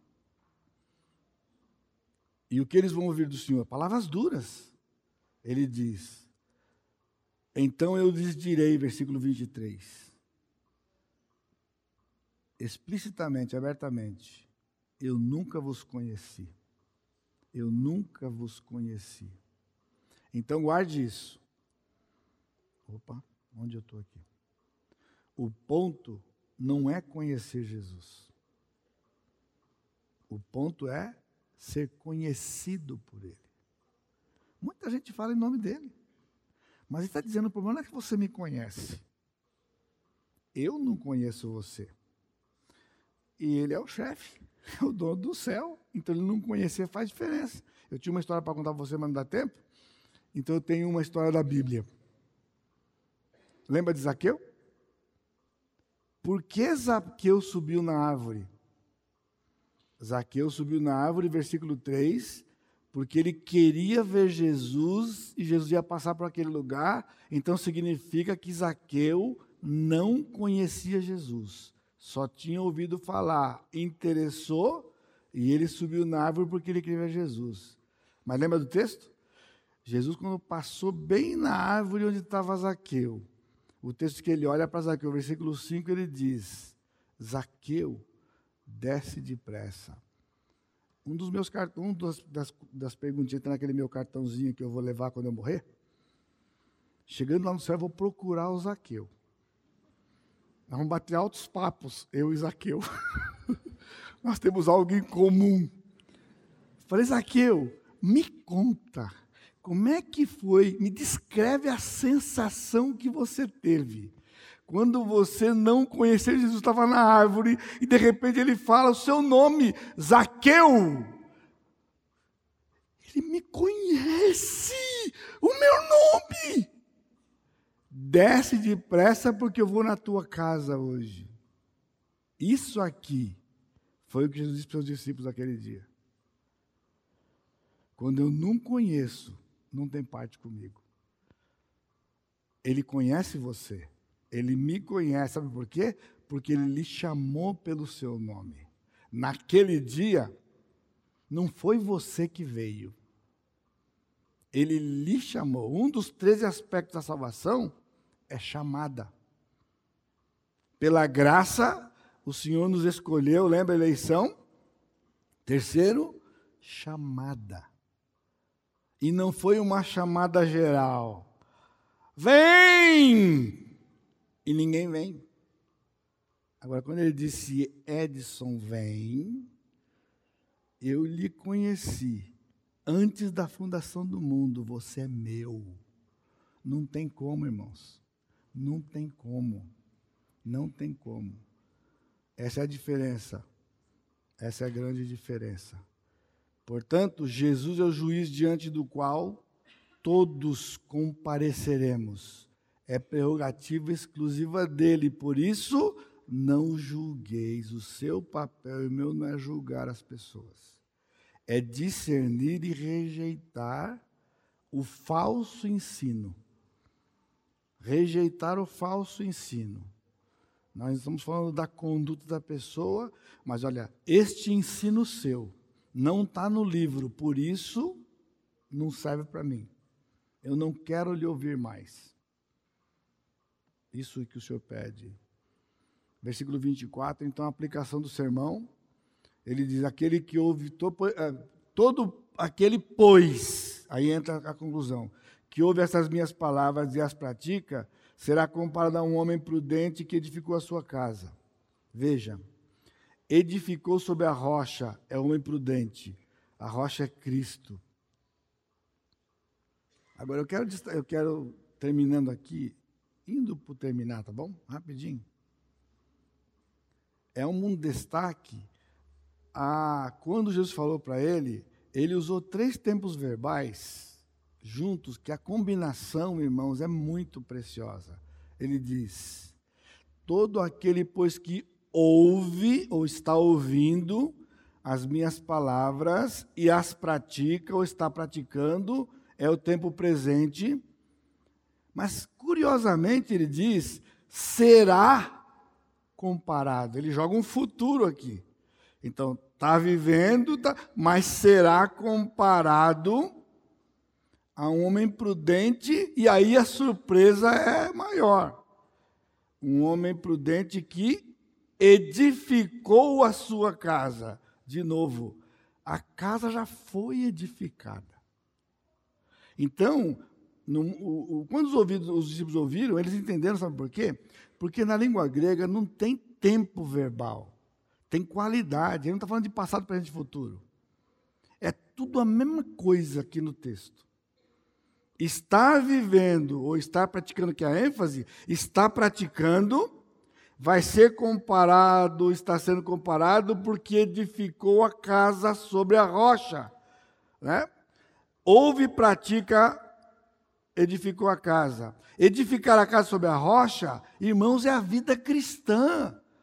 S1: E o que eles vão ouvir do Senhor? Palavras duras. Ele diz, então eu lhes direi, versículo 23, explicitamente, abertamente, eu nunca vos conheci. Eu nunca vos conheci. Então guarde isso. Opa, onde eu estou aqui? O ponto não é conhecer Jesus. O ponto é ser conhecido por Ele. Muita gente fala em nome dEle. Mas Ele está dizendo, o problema não é que você me conhece. Eu não conheço você. E Ele é o chefe, é o dono do céu. Então, Ele não conhecer faz diferença. Eu tinha uma história para contar para você, mas não dá tempo. Então, eu tenho uma história da Bíblia. Lembra de Zaqueu? Por que Zaqueu subiu na árvore? Zaqueu subiu na árvore, versículo 3, porque ele queria ver Jesus e Jesus ia passar por aquele lugar, então significa que Zaqueu não conhecia Jesus, só tinha ouvido falar, interessou e ele subiu na árvore porque ele queria ver Jesus. Mas lembra do texto? Jesus, quando passou bem na árvore onde estava Zaqueu, o texto que ele olha para Zaqueu, versículo 5, ele diz: Zaqueu, desce depressa. Das perguntinhas que está naquele meu cartãozinho que eu vou levar quando eu morrer, chegando lá no céu, eu vou procurar o Zaqueu. Nós vamos bater altos papos, eu e Zaqueu. Nós temos algo em comum. Falei, Zaqueu, me conta, como é que foi? Me descreve a sensação que você teve quando você não conheceu Jesus, estava na árvore e de repente ele fala o seu nome, Zaqueu. Ele me conhece, o meu nome. Desce depressa porque eu vou na tua casa hoje. Isso aqui foi o que Jesus disse para os discípulos naquele dia. Quando eu não conheço, não tem parte comigo. Ele conhece você. Ele me conhece, sabe por quê? Porque ele lhe chamou pelo seu nome. Naquele dia, não foi você que veio. Ele lhe chamou. Um dos 13 aspectos da salvação é chamada. Pela graça, o Senhor nos escolheu, lembra a eleição? Terceiro, chamada. E não foi uma chamada geral. Vem! E ninguém vem. Agora, quando ele disse, Edson, vem, eu lhe conheci. Antes da fundação do mundo, você é meu. Não tem como, irmãos. Não tem como. Não tem como. Essa é a diferença. Essa é a grande diferença. Portanto, Jesus é o juiz diante do qual todos compareceremos. É prerrogativa exclusiva dele. Por isso, não julgueis. O seu papel e o meu não é julgar as pessoas. É discernir e rejeitar o falso ensino. Rejeitar o falso ensino. Nós estamos falando da conduta da pessoa, mas olha, este ensino seu não está no livro, por isso não serve para mim. Eu não quero lhe ouvir mais. Isso que o Senhor pede. Versículo 24, então a aplicação do sermão, ele diz, aquele que ouve, todo aquele pois, aí entra a conclusão, que ouve essas minhas palavras e as pratica, será comparado a um homem prudente que edificou a sua casa. Veja, edificou sobre a rocha, é homem prudente, a rocha é Cristo. Agora eu quero terminando aqui, indo para terminar, tá bom? Rapidinho. É um destaque quando Jesus falou para ele usou 3 tempos verbais juntos, que a combinação, irmãos, é muito preciosa. Ele diz, todo aquele, pois, que ouve ou está ouvindo as minhas palavras e as pratica ou está praticando, é o tempo presente. Mas, curiosamente, ele diz, será comparado. Ele joga um futuro aqui. Então, está vivendo, mas será comparado a um homem prudente, e aí a surpresa é maior. Um homem prudente que edificou a sua casa. De novo, a casa já foi edificada. Então, quando os discípulos ouviram, eles entenderam, sabe por quê? Porque na língua grega não tem tempo verbal, tem qualidade. Ele não está falando de passado, presente e futuro. É tudo a mesma coisa aqui no texto. Estar vivendo ou estar praticando, que é a ênfase, está praticando, vai ser comparado, está sendo comparado porque edificou a casa sobre a rocha. Né? Ouve e pratica, edificou a casa. Edificar a casa sobre a rocha, irmãos, é a vida cristã.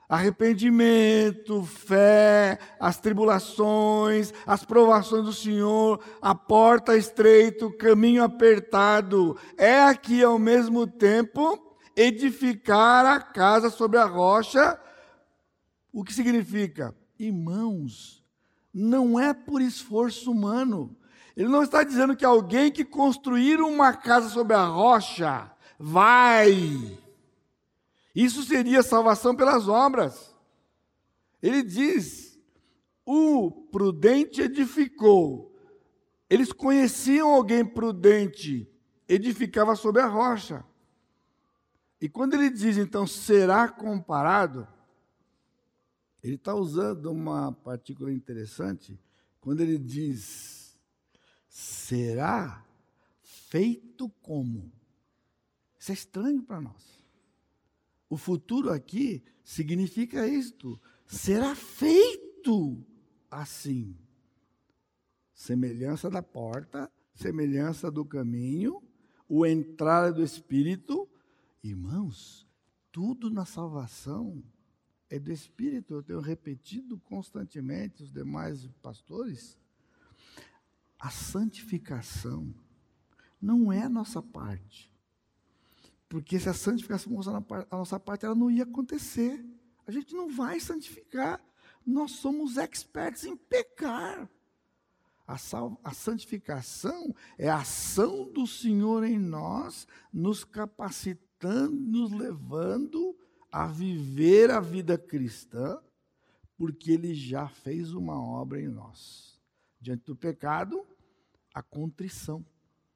S1: Arrependimento, fé, as tribulações, as provações do Senhor, a porta estreita, o caminho apertado. É aqui ao mesmo tempo edificar a casa sobre a rocha. O que significa? Irmãos, não é por esforço humano. Ele não está dizendo que alguém que construir uma casa sobre a rocha vai. Isso seria salvação pelas obras. Ele diz, o prudente edificou. Eles conheciam alguém prudente, edificava sobre a rocha. E quando ele diz, então, será comparado, ele está usando uma partícula interessante, quando ele diz, será feito como? Isso é estranho para nós. O futuro aqui significa isto. Será feito assim. Semelhança da porta, semelhança do caminho, o entrar do Espírito. Irmãos, tudo na salvação é do Espírito. Eu tenho repetido constantemente, os demais pastores. A santificação não é a nossa parte. Porque se a santificação fosse a nossa parte, ela não ia acontecer. A gente não vai santificar. Nós somos experts em pecar. A santificação é a ação do Senhor em nós, nos capacitando, nos levando a viver a vida cristã, porque Ele já fez uma obra em nós. Diante do pecado, a contrição.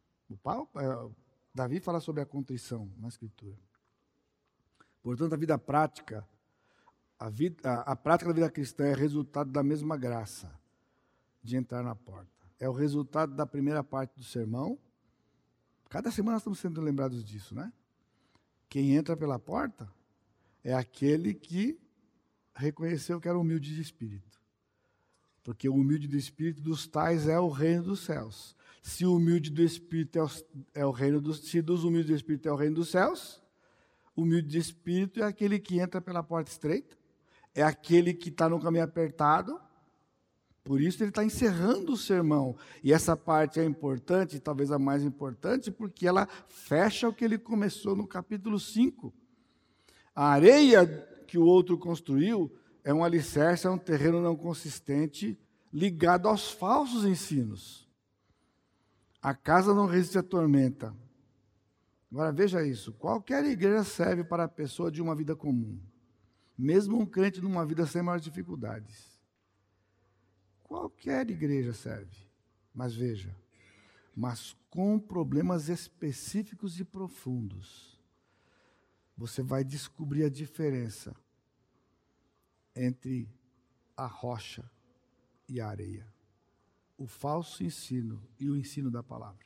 S1: Davi fala sobre a contrição na Escritura. Portanto, a vida prática, a prática da vida cristã é resultado da mesma graça de entrar na porta. É o resultado da primeira parte do sermão. Cada semana nós estamos sendo lembrados disso, né? Quem entra pela porta é aquele que reconheceu que era humilde de espírito. Porque o humilde de espírito dos tais é o reino dos céus. Se o humilde do espírito é o reino dos, se dos humildes do espírito é o reino dos céus, o humilde de espírito é aquele que entra pela porta estreita, é aquele que está no caminho apertado. Por isso ele está encerrando o sermão. E essa parte é importante, talvez a mais importante, porque ela fecha o que ele começou no capítulo 5. A areia que o outro construiu é um alicerce, é um terreno não consistente, ligado aos falsos ensinos. A casa não resiste à tormenta. Agora veja isso, qualquer igreja serve para a pessoa de uma vida comum. Mesmo um crente numa vida sem maiores dificuldades. Qualquer igreja serve. Mas veja, mas com problemas específicos e profundos. Você vai descobrir a diferença entre a rocha e a areia. O falso ensino e o ensino da palavra.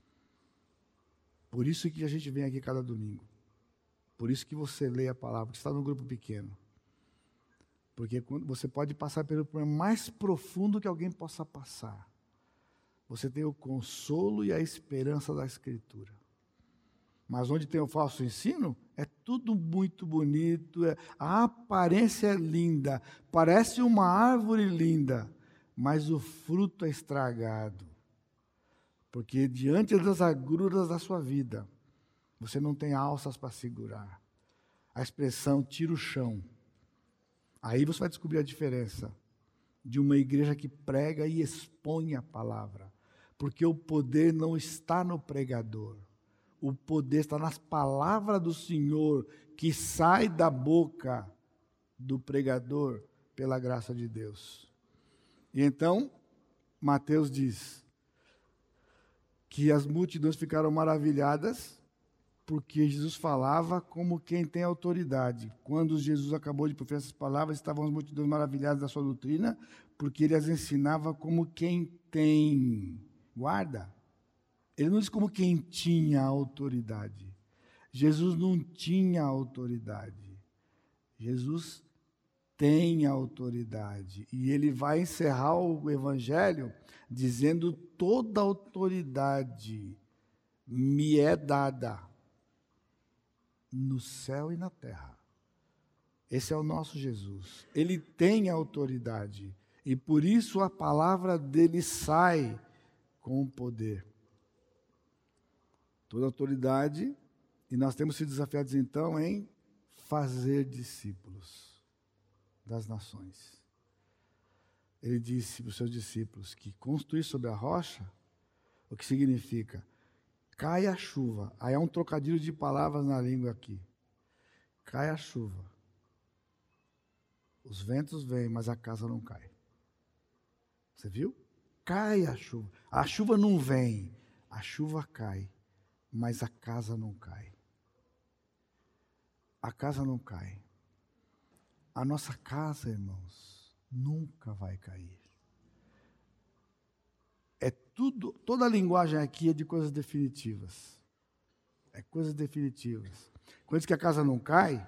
S1: Por isso que a gente vem aqui cada domingo. Por isso que você lê a palavra, que está num grupo pequeno. Porque você pode passar pelo problema mais profundo que alguém possa passar. Você tem o consolo e a esperança da Escritura. Mas onde tem o falso ensino, é tudo muito bonito, a aparência é linda, parece uma árvore linda, mas o fruto é estragado. Porque diante das agruras da sua vida, você não tem alças para segurar. A expressão tira o chão. Aí você vai descobrir a diferença de uma igreja que prega e expõe a palavra. Porque o poder não está no pregador. O poder está nas palavras do Senhor que sai da boca do pregador pela graça de Deus. E então, Mateus diz que as multidões ficaram maravilhadas porque Jesus falava como quem tem autoridade. Quando Jesus acabou de proferir essas palavras, estavam as multidões maravilhadas da sua doutrina, porque ele as ensinava como quem tem. Guarda. Ele não diz como quem tinha autoridade. Jesus não tinha autoridade. Jesus tem autoridade. E ele vai encerrar o evangelho dizendo: toda autoridade me é dada no céu e na terra. Esse é o nosso Jesus. Ele tem autoridade. E por isso a palavra dele sai com poder. Toda autoridade. E nós temos sido desafiados então em fazer discípulos das nações. Ele disse para os seus discípulos que construir sobre a rocha, o que significa? Cai a chuva. Aí há um trocadilho de palavras na língua aqui. Cai a chuva. Os ventos vêm, mas a casa não cai. Você viu? Cai a chuva. A chuva não vem, a chuva cai, mas a casa não cai. A casa não cai. A nossa casa, irmãos, nunca vai cair. É tudo, toda a linguagem aqui é de coisas definitivas. É coisas definitivas. Quando diz que a casa não cai,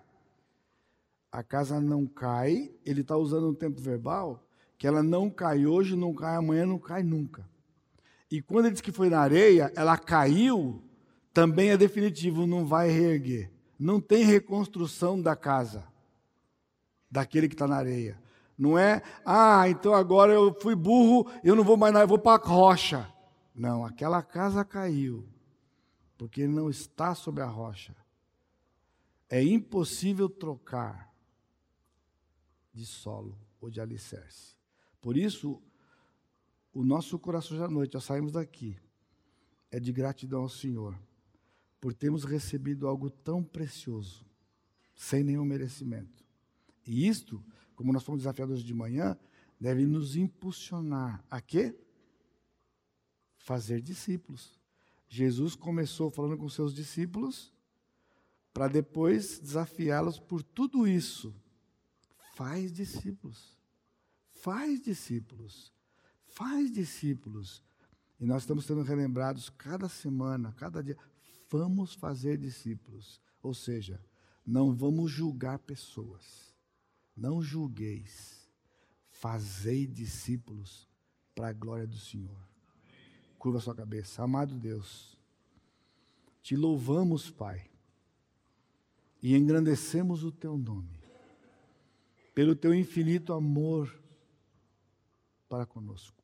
S1: ele está usando um tempo verbal, que ela não cai hoje, não cai amanhã, não cai nunca. E quando ele diz que foi na areia, ela caiu, também é definitivo, não vai reerguer. Não tem reconstrução da casa, daquele que está na areia. Não é, então agora eu fui burro, eu não vou mais nada, eu vou para a rocha. Não, aquela casa caiu, porque ele não está sobre a rocha. É impossível trocar de solo ou de alicerce. Por isso, o nosso coração já à noite, nós saímos daqui, é de gratidão ao Senhor, por termos recebido algo tão precioso, sem nenhum merecimento. E isto, como nós fomos desafiados de manhã, deve nos impulsionar a quê? Fazer discípulos. Jesus começou falando com seus discípulos, para depois desafiá-los por tudo isso. Faz discípulos. Faz discípulos. Faz discípulos. E nós estamos sendo relembrados cada semana, cada dia. Vamos fazer discípulos. Ou seja, não vamos julgar pessoas. Não julgueis. Fazei discípulos para a glória do Senhor. Curva a sua cabeça. Amado Deus, te louvamos, Pai, e engrandecemos o teu nome, pelo teu infinito amor para conosco,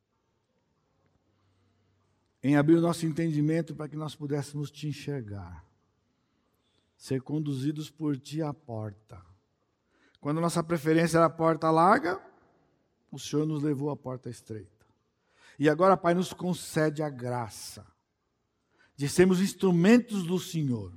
S1: em abrir o nosso entendimento para que nós pudéssemos te enxergar, ser conduzidos por ti à porta. Quando nossa preferência era a porta larga, o Senhor nos levou à porta estreita. E agora, Pai, nos concede a graça de sermos instrumentos do Senhor,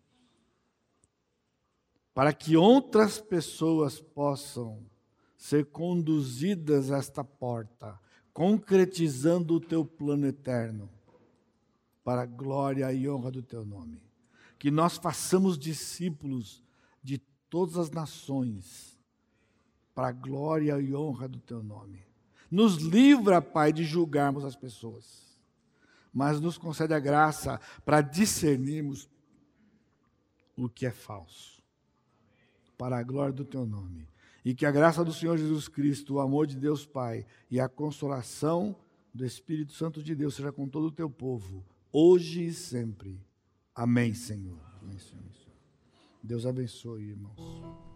S1: para que outras pessoas possam ser conduzidas a esta porta, concretizando o teu plano eterno, para a glória e honra do teu nome. Que nós façamos discípulos de todas as nações, para a glória e honra do teu nome. Nos livra, Pai, de julgarmos as pessoas, mas nos concede a graça para discernirmos o que é falso, para a glória do teu nome. E que a graça do Senhor Jesus Cristo, o amor de Deus Pai e a consolação do Espírito Santo de Deus seja com todo o teu povo, hoje e sempre. Amém, Senhor. Amém, Senhor. Deus abençoe, irmãos.